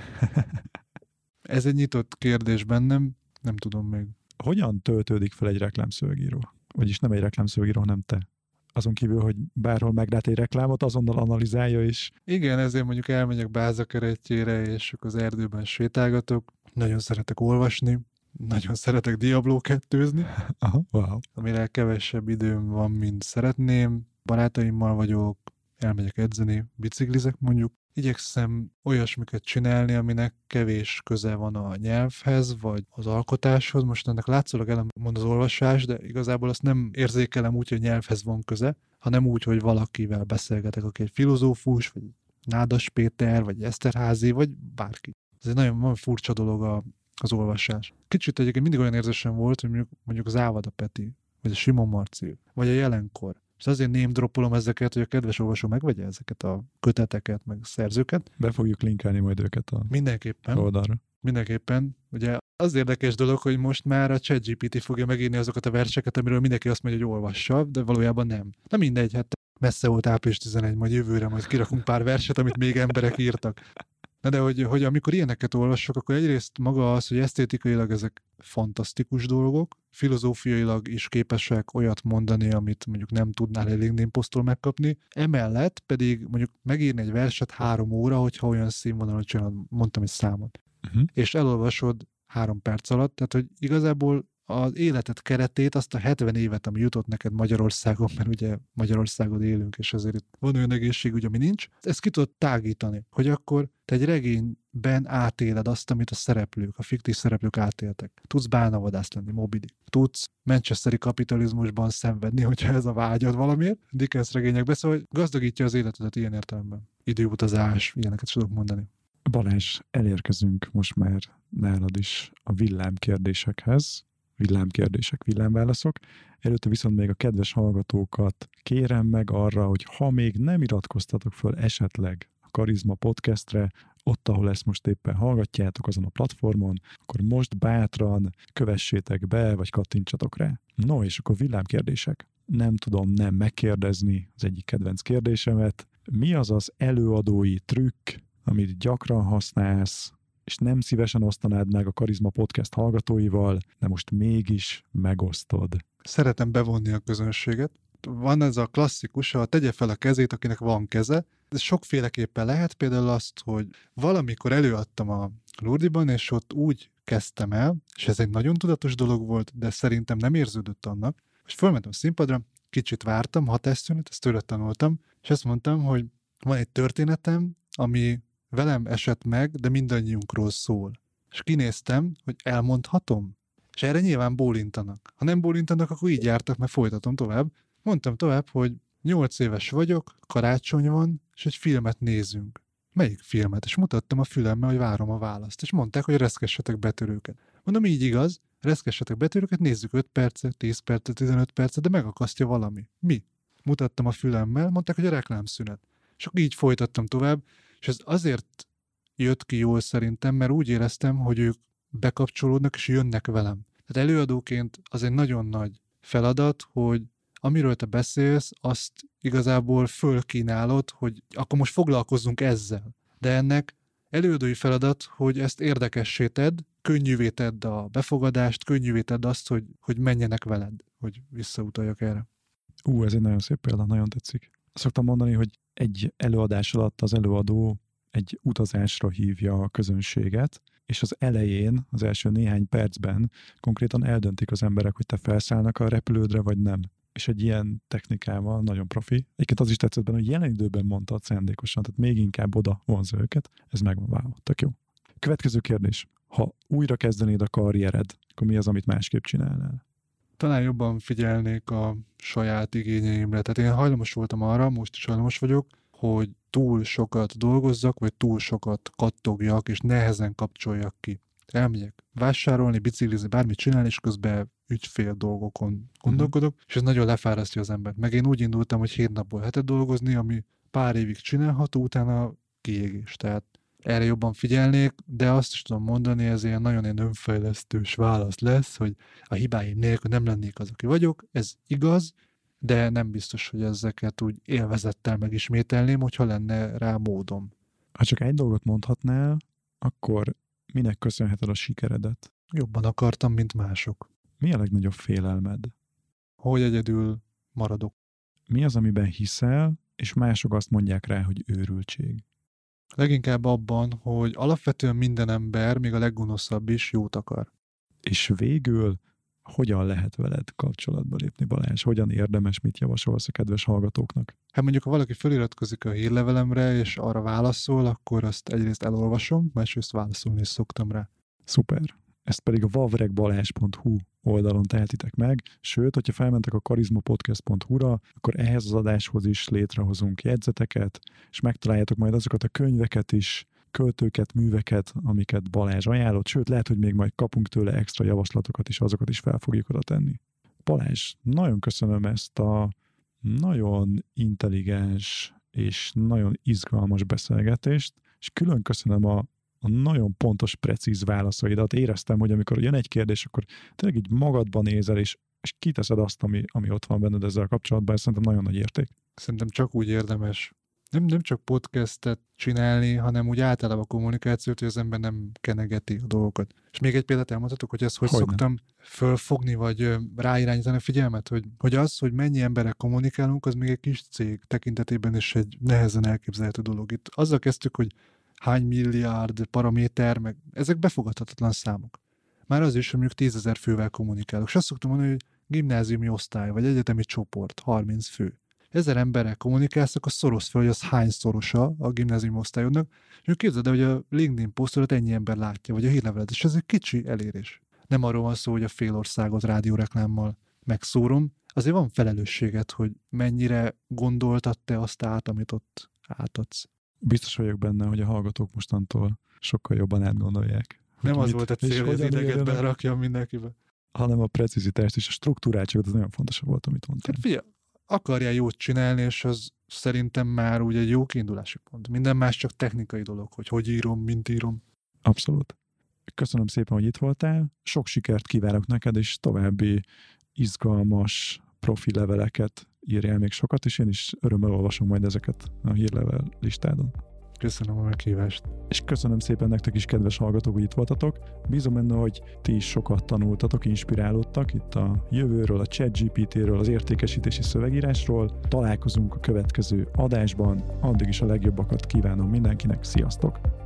Speaker 2: Ez egy nyitott kérdés bennem, nem tudom még.
Speaker 3: Hogyan töltődik fel egy reklámszövegíró? Vagyis nem egy reklámszövegíró, hanem te. Azon kívül, hogy bárhol meglát egy reklámot, azonnal analizálja is.
Speaker 2: Igen, ezért mondjuk elmegyek bázakeretjére, és az erdőben sétálgatok. Nagyon szeretek olvasni, nagyon szeretek Diablo kettőzni,
Speaker 3: Aha, wow.
Speaker 2: amire kevesebb időm van, mint szeretném. Barátaimmal vagyok, elmegyek edzeni, biciklizek mondjuk. Igyekszem olyasmiket csinálni, aminek kevés köze van a nyelvhez, vagy az alkotáshoz. Most ennek látszólag elmond az olvasás, de igazából azt nem érzékelem úgy, hogy nyelvhez van köze, hanem úgy, hogy valakivel beszélgetek, aki egy filozófus, vagy Nádas Péter, vagy Eszterházy, vagy bárki. Ez egy nagyon, nagyon furcsa dolog a, az olvasás. Kicsit egyébként mindig olyan érzésem volt, hogy mondjuk, mondjuk az Ávada Peti, vagy a Simon Marci, vagy a Jelenkor. És azért name droppolom ezeket, hogy a kedves olvasó megvegye ezeket a köteteket, meg szerzőket.
Speaker 3: Be fogjuk linkelni majd őket a
Speaker 2: Mindenképpen.
Speaker 3: oldalra.
Speaker 2: Mindenképpen. Ugye az érdekes dolog, hogy most már a ChatGPT fogja megírni azokat a verseket, amiről mindenki azt mondja, hogy olvassa, de valójában nem. Na mindegy, hát messze volt április tizenegy, majd jövőre majd kirakunk pár verset, amit még emberek írtak. Na de hogy, hogy amikor ilyeneket olvasok, akkor egyrészt maga az, hogy esztétikailag ezek fantasztikus dolgok, filozófiailag is képesek olyat mondani, amit mondjuk nem tudnál egy LinkedIn posztól megkapni. Emellett pedig mondjuk megírni egy verset három óra, hogyha olyan színvonalon csinálod, mondtam egy számot. Uh-huh. És elolvasod három perc alatt, tehát hogy igazából az életed keretét, azt a hetven évet, ami jutott neked Magyarországon, mert ugye Magyarországon élünk, és azért itt van olyan egészségügy, ami nincs, ezt ki tudod tágítani, hogy akkor te egy regényben átéled azt, amit a szereplők, a fiktív szereplők átéltek. Tudsz bálnavadász lenni, Moby Dick. Tudsz manchesteri kapitalizmusban szenvedni, hogyha ez a vágyad valamiért. Dickens regényekbe, szóval gazdagítja az életedet ilyen értelemben. Időutazás, ilyeneket is tudok mondani.
Speaker 3: Balázs, elérkezünk most már nálad is a villámkérdésekhez. Villámkérdések, villámválaszok. Előtte viszont még a kedves hallgatókat kérem meg arra, hogy ha még nem iratkoztatok föl esetleg a Karizma Podcastre, ott, ahol ezt most éppen hallgatjátok azon a platformon, akkor most bátran kövessétek be, vagy kattintsatok rá. No, és akkor villámkérdések. Nem tudom nem megkérdezni az egyik kedvenc kérdésemet. Mi az az előadói trükk, amit gyakran használsz, és nem szívesen osztanád meg a Karizma Podcast hallgatóival, de most mégis megosztod?
Speaker 2: Szeretem bevonni a közönséget. Van ez a klasszikus, ha tegye fel a kezét, akinek van keze. Ez sokféleképpen lehet, például azt, hogy valamikor előadtam a Lurdiban, és ott úgy kezdtem el, és ez egy nagyon tudatos dolog volt, de szerintem nem érződött annak, és fölmentem a színpadra, kicsit vártam, hatásszünet, ezt tőle tanultam, és azt mondtam, hogy van egy történetem, ami velem esett meg, de mindannyiunkról szól. És kinéztem, hogy elmondhatom. És erre nyilván bólintanak. Ha nem bólintanak, akkor így jártak, mert folytatom tovább. Mondtam tovább, hogy nyolc éves vagyok, karácsony van, és egy filmet nézünk. Melyik filmet? És mutattam a fülemmel, hogy várom a választ. És mondták, hogy reszkessetek betörőket. Mondom, így igaz, reszkessetek betörőket, nézzük öt percet, tíz percet, tizenöt percet, de megakasztja valami. Mi? Mutattam a fülemmel, mondták, hogy a reklámszünet. És akkor így folytattam tovább, és ez azért jött ki jól szerintem, mert úgy éreztem, hogy ők bekapcsolódnak és jönnek velem. Tehát előadóként az egy nagyon nagy feladat, hogy amiről te beszélsz, azt igazából fölkínálod, hogy akkor most foglalkozzunk ezzel. De ennek előadói feladat, hogy ezt érdekessé tedd, könnyűvé tedd a befogadást, könnyűvé tedd azt, hogy, hogy menjenek veled, hogy visszautaljak erre.
Speaker 3: Ú, ez egy nagyon szép példa, nagyon tetszik. Szoktam mondani, hogy egy előadás alatt az előadó egy utazásra hívja a közönséget, és az elején, az első néhány percben konkrétan eldöntik az emberek, hogy te felszállnak a repülődre, vagy nem. És egy ilyen technikával nagyon profi. Egyébként az is tetszett benne, hogy jelen időben mondtad szándékosan, tehát még inkább oda vonz őket. Ez megvan, wow, tök jó. Következő kérdés. Ha újra kezdenéd a karriered, akkor mi az, amit másképp csinálnál?
Speaker 2: Talán jobban figyelnék a saját igényeimre. Tehát én hajlamos voltam arra, most is hajlamos vagyok, hogy túl sokat dolgozzak, vagy túl sokat kattogjak, és nehezen kapcsoljak ki. Elmegyek vásárolni, biciklizni, bármit csinálni, és közben ügyfél dolgokon gondolkodok, uh-huh. és ez nagyon lefárasztja az embert. Meg én úgy indultam, hogy hét napból hetet dolgozni, ami pár évig csinálható, utána kiégés. Tehát erre jobban figyelnék, de azt is tudom mondani, ez ilyen nagyon ilyen önfejlesztős válasz lesz, hogy a hibáim nélkül nem lennék az, aki vagyok. Ez igaz, de nem biztos, hogy ezeket úgy élvezettel megismételném, hogyha lenne rá módom.
Speaker 3: Ha csak egy dolgot mondhatnál, akkor minek köszönheted a sikeredet?
Speaker 2: Jobban akartam, mint mások.
Speaker 3: Mi a legnagyobb félelmed?
Speaker 2: Hogy egyedül maradok.
Speaker 3: Mi az, amiben hiszel, és mások azt mondják rá, hogy őrültség?
Speaker 2: Leginkább abban, hogy alapvetően minden ember, még a leggonoszabb is jót akar.
Speaker 3: És végül hogyan lehet veled kapcsolatba lépni, Balázs? Hogyan érdemes, mit javasolsz a kedves hallgatóknak?
Speaker 2: Hát mondjuk, ha valaki feliratkozik a hírlevelemre, és arra válaszol, akkor azt egyrészt elolvasom, másrészt válaszolni is szoktam rá.
Speaker 3: Szuper. Ezt pedig a wavregbalázs pont hu oldalon tehetitek meg, sőt, hogyha felmentek a karizmapodcast pont hu-ra, akkor ehhez az adáshoz is létrehozunk jegyzeteket, és megtaláljátok majd azokat a könyveket is, költőket, műveket, amiket Balázs ajánlott, sőt, lehet, hogy még majd kapunk tőle extra javaslatokat, és azokat is fel fogjuk oda tenni. Balázs, nagyon köszönöm ezt a nagyon intelligens és nagyon izgalmas beszélgetést, és külön köszönöm a, a nagyon pontos, precíz válaszaidat. Éreztem, hogy amikor jön egy kérdés, akkor tényleg így magadban nézel, és, és kiteszed azt, ami, ami ott van benned ezzel kapcsolatban, ez szerintem nagyon nagy érték.
Speaker 2: Szerintem csak úgy érdemes nem, nem csak podcastet csinálni, hanem úgy általában a kommunikációt, hogy az ember nem kenegeti a dolgokat. És még egy példát elmondhatok, hogy ezt hogy
Speaker 3: Hogyne.
Speaker 2: szoktam fölfogni, vagy ráirányítani a figyelmet, hogy, hogy az, hogy mennyi emberrel kommunikálunk, az még egy kis cég tekintetében is egy nehezen elképzelhető dolog. Itt azzal kezdtük, hogy hány milliárd paraméter, meg ezek befogadhatatlan számok. Már az is, hogy mondjuk tízezer fővel kommunikálok. És azt szoktam mondani, hogy gimnáziumi osztály, vagy egyetemi csoport, harminc fő. Ezer emberrel kommunikálsz, akkor szoroz fel, hogy az hány szorosa a gimnáziumi osztályodnak, és képzeld el, hogy a LinkedIn posztodat ennyi ember látja, vagy a hírlevelet, és ez egy kicsi elérés. Nem arról van szó, hogy a fél országot rádióreklámmal megszórom, azért van felelősséget, hogy mennyire gondoltad te azt át, amit ott átadsz.
Speaker 3: Biztos vagyok benne, hogy a hallgatók mostantól sokkal jobban átgondolják.
Speaker 2: Nem az
Speaker 3: mit,
Speaker 2: volt a cél, hogy az ideget berakjam mindenkibe.
Speaker 3: Hanem a precizitást és a struktúráltságot, az nagyon fontos volt, amit mondtam.
Speaker 2: Hát figyelj, akarjál jót csinálni, és az szerintem már úgy egy jó kiindulási pont. Minden más csak technikai dolog, hogy hogy írom, mint írom.
Speaker 3: Abszolút. Köszönöm szépen, hogy itt voltál. Sok sikert kívánok neked, és további izgalmas profi leveleket írjál még sokat, és én is örömmel olvasom majd ezeket a hírlevel listádon.
Speaker 2: Köszönöm a meghívást.
Speaker 3: És köszönöm szépen nektek is, kedves hallgatók, hogy itt voltatok. Bízom benne, hogy ti is sokat tanultatok, inspirálódtak itt a jövőről, a ChatGPT-ről, az értékesítési szövegírásról. Találkozunk a következő adásban. Addig is a legjobbakat kívánom mindenkinek. Sziasztok!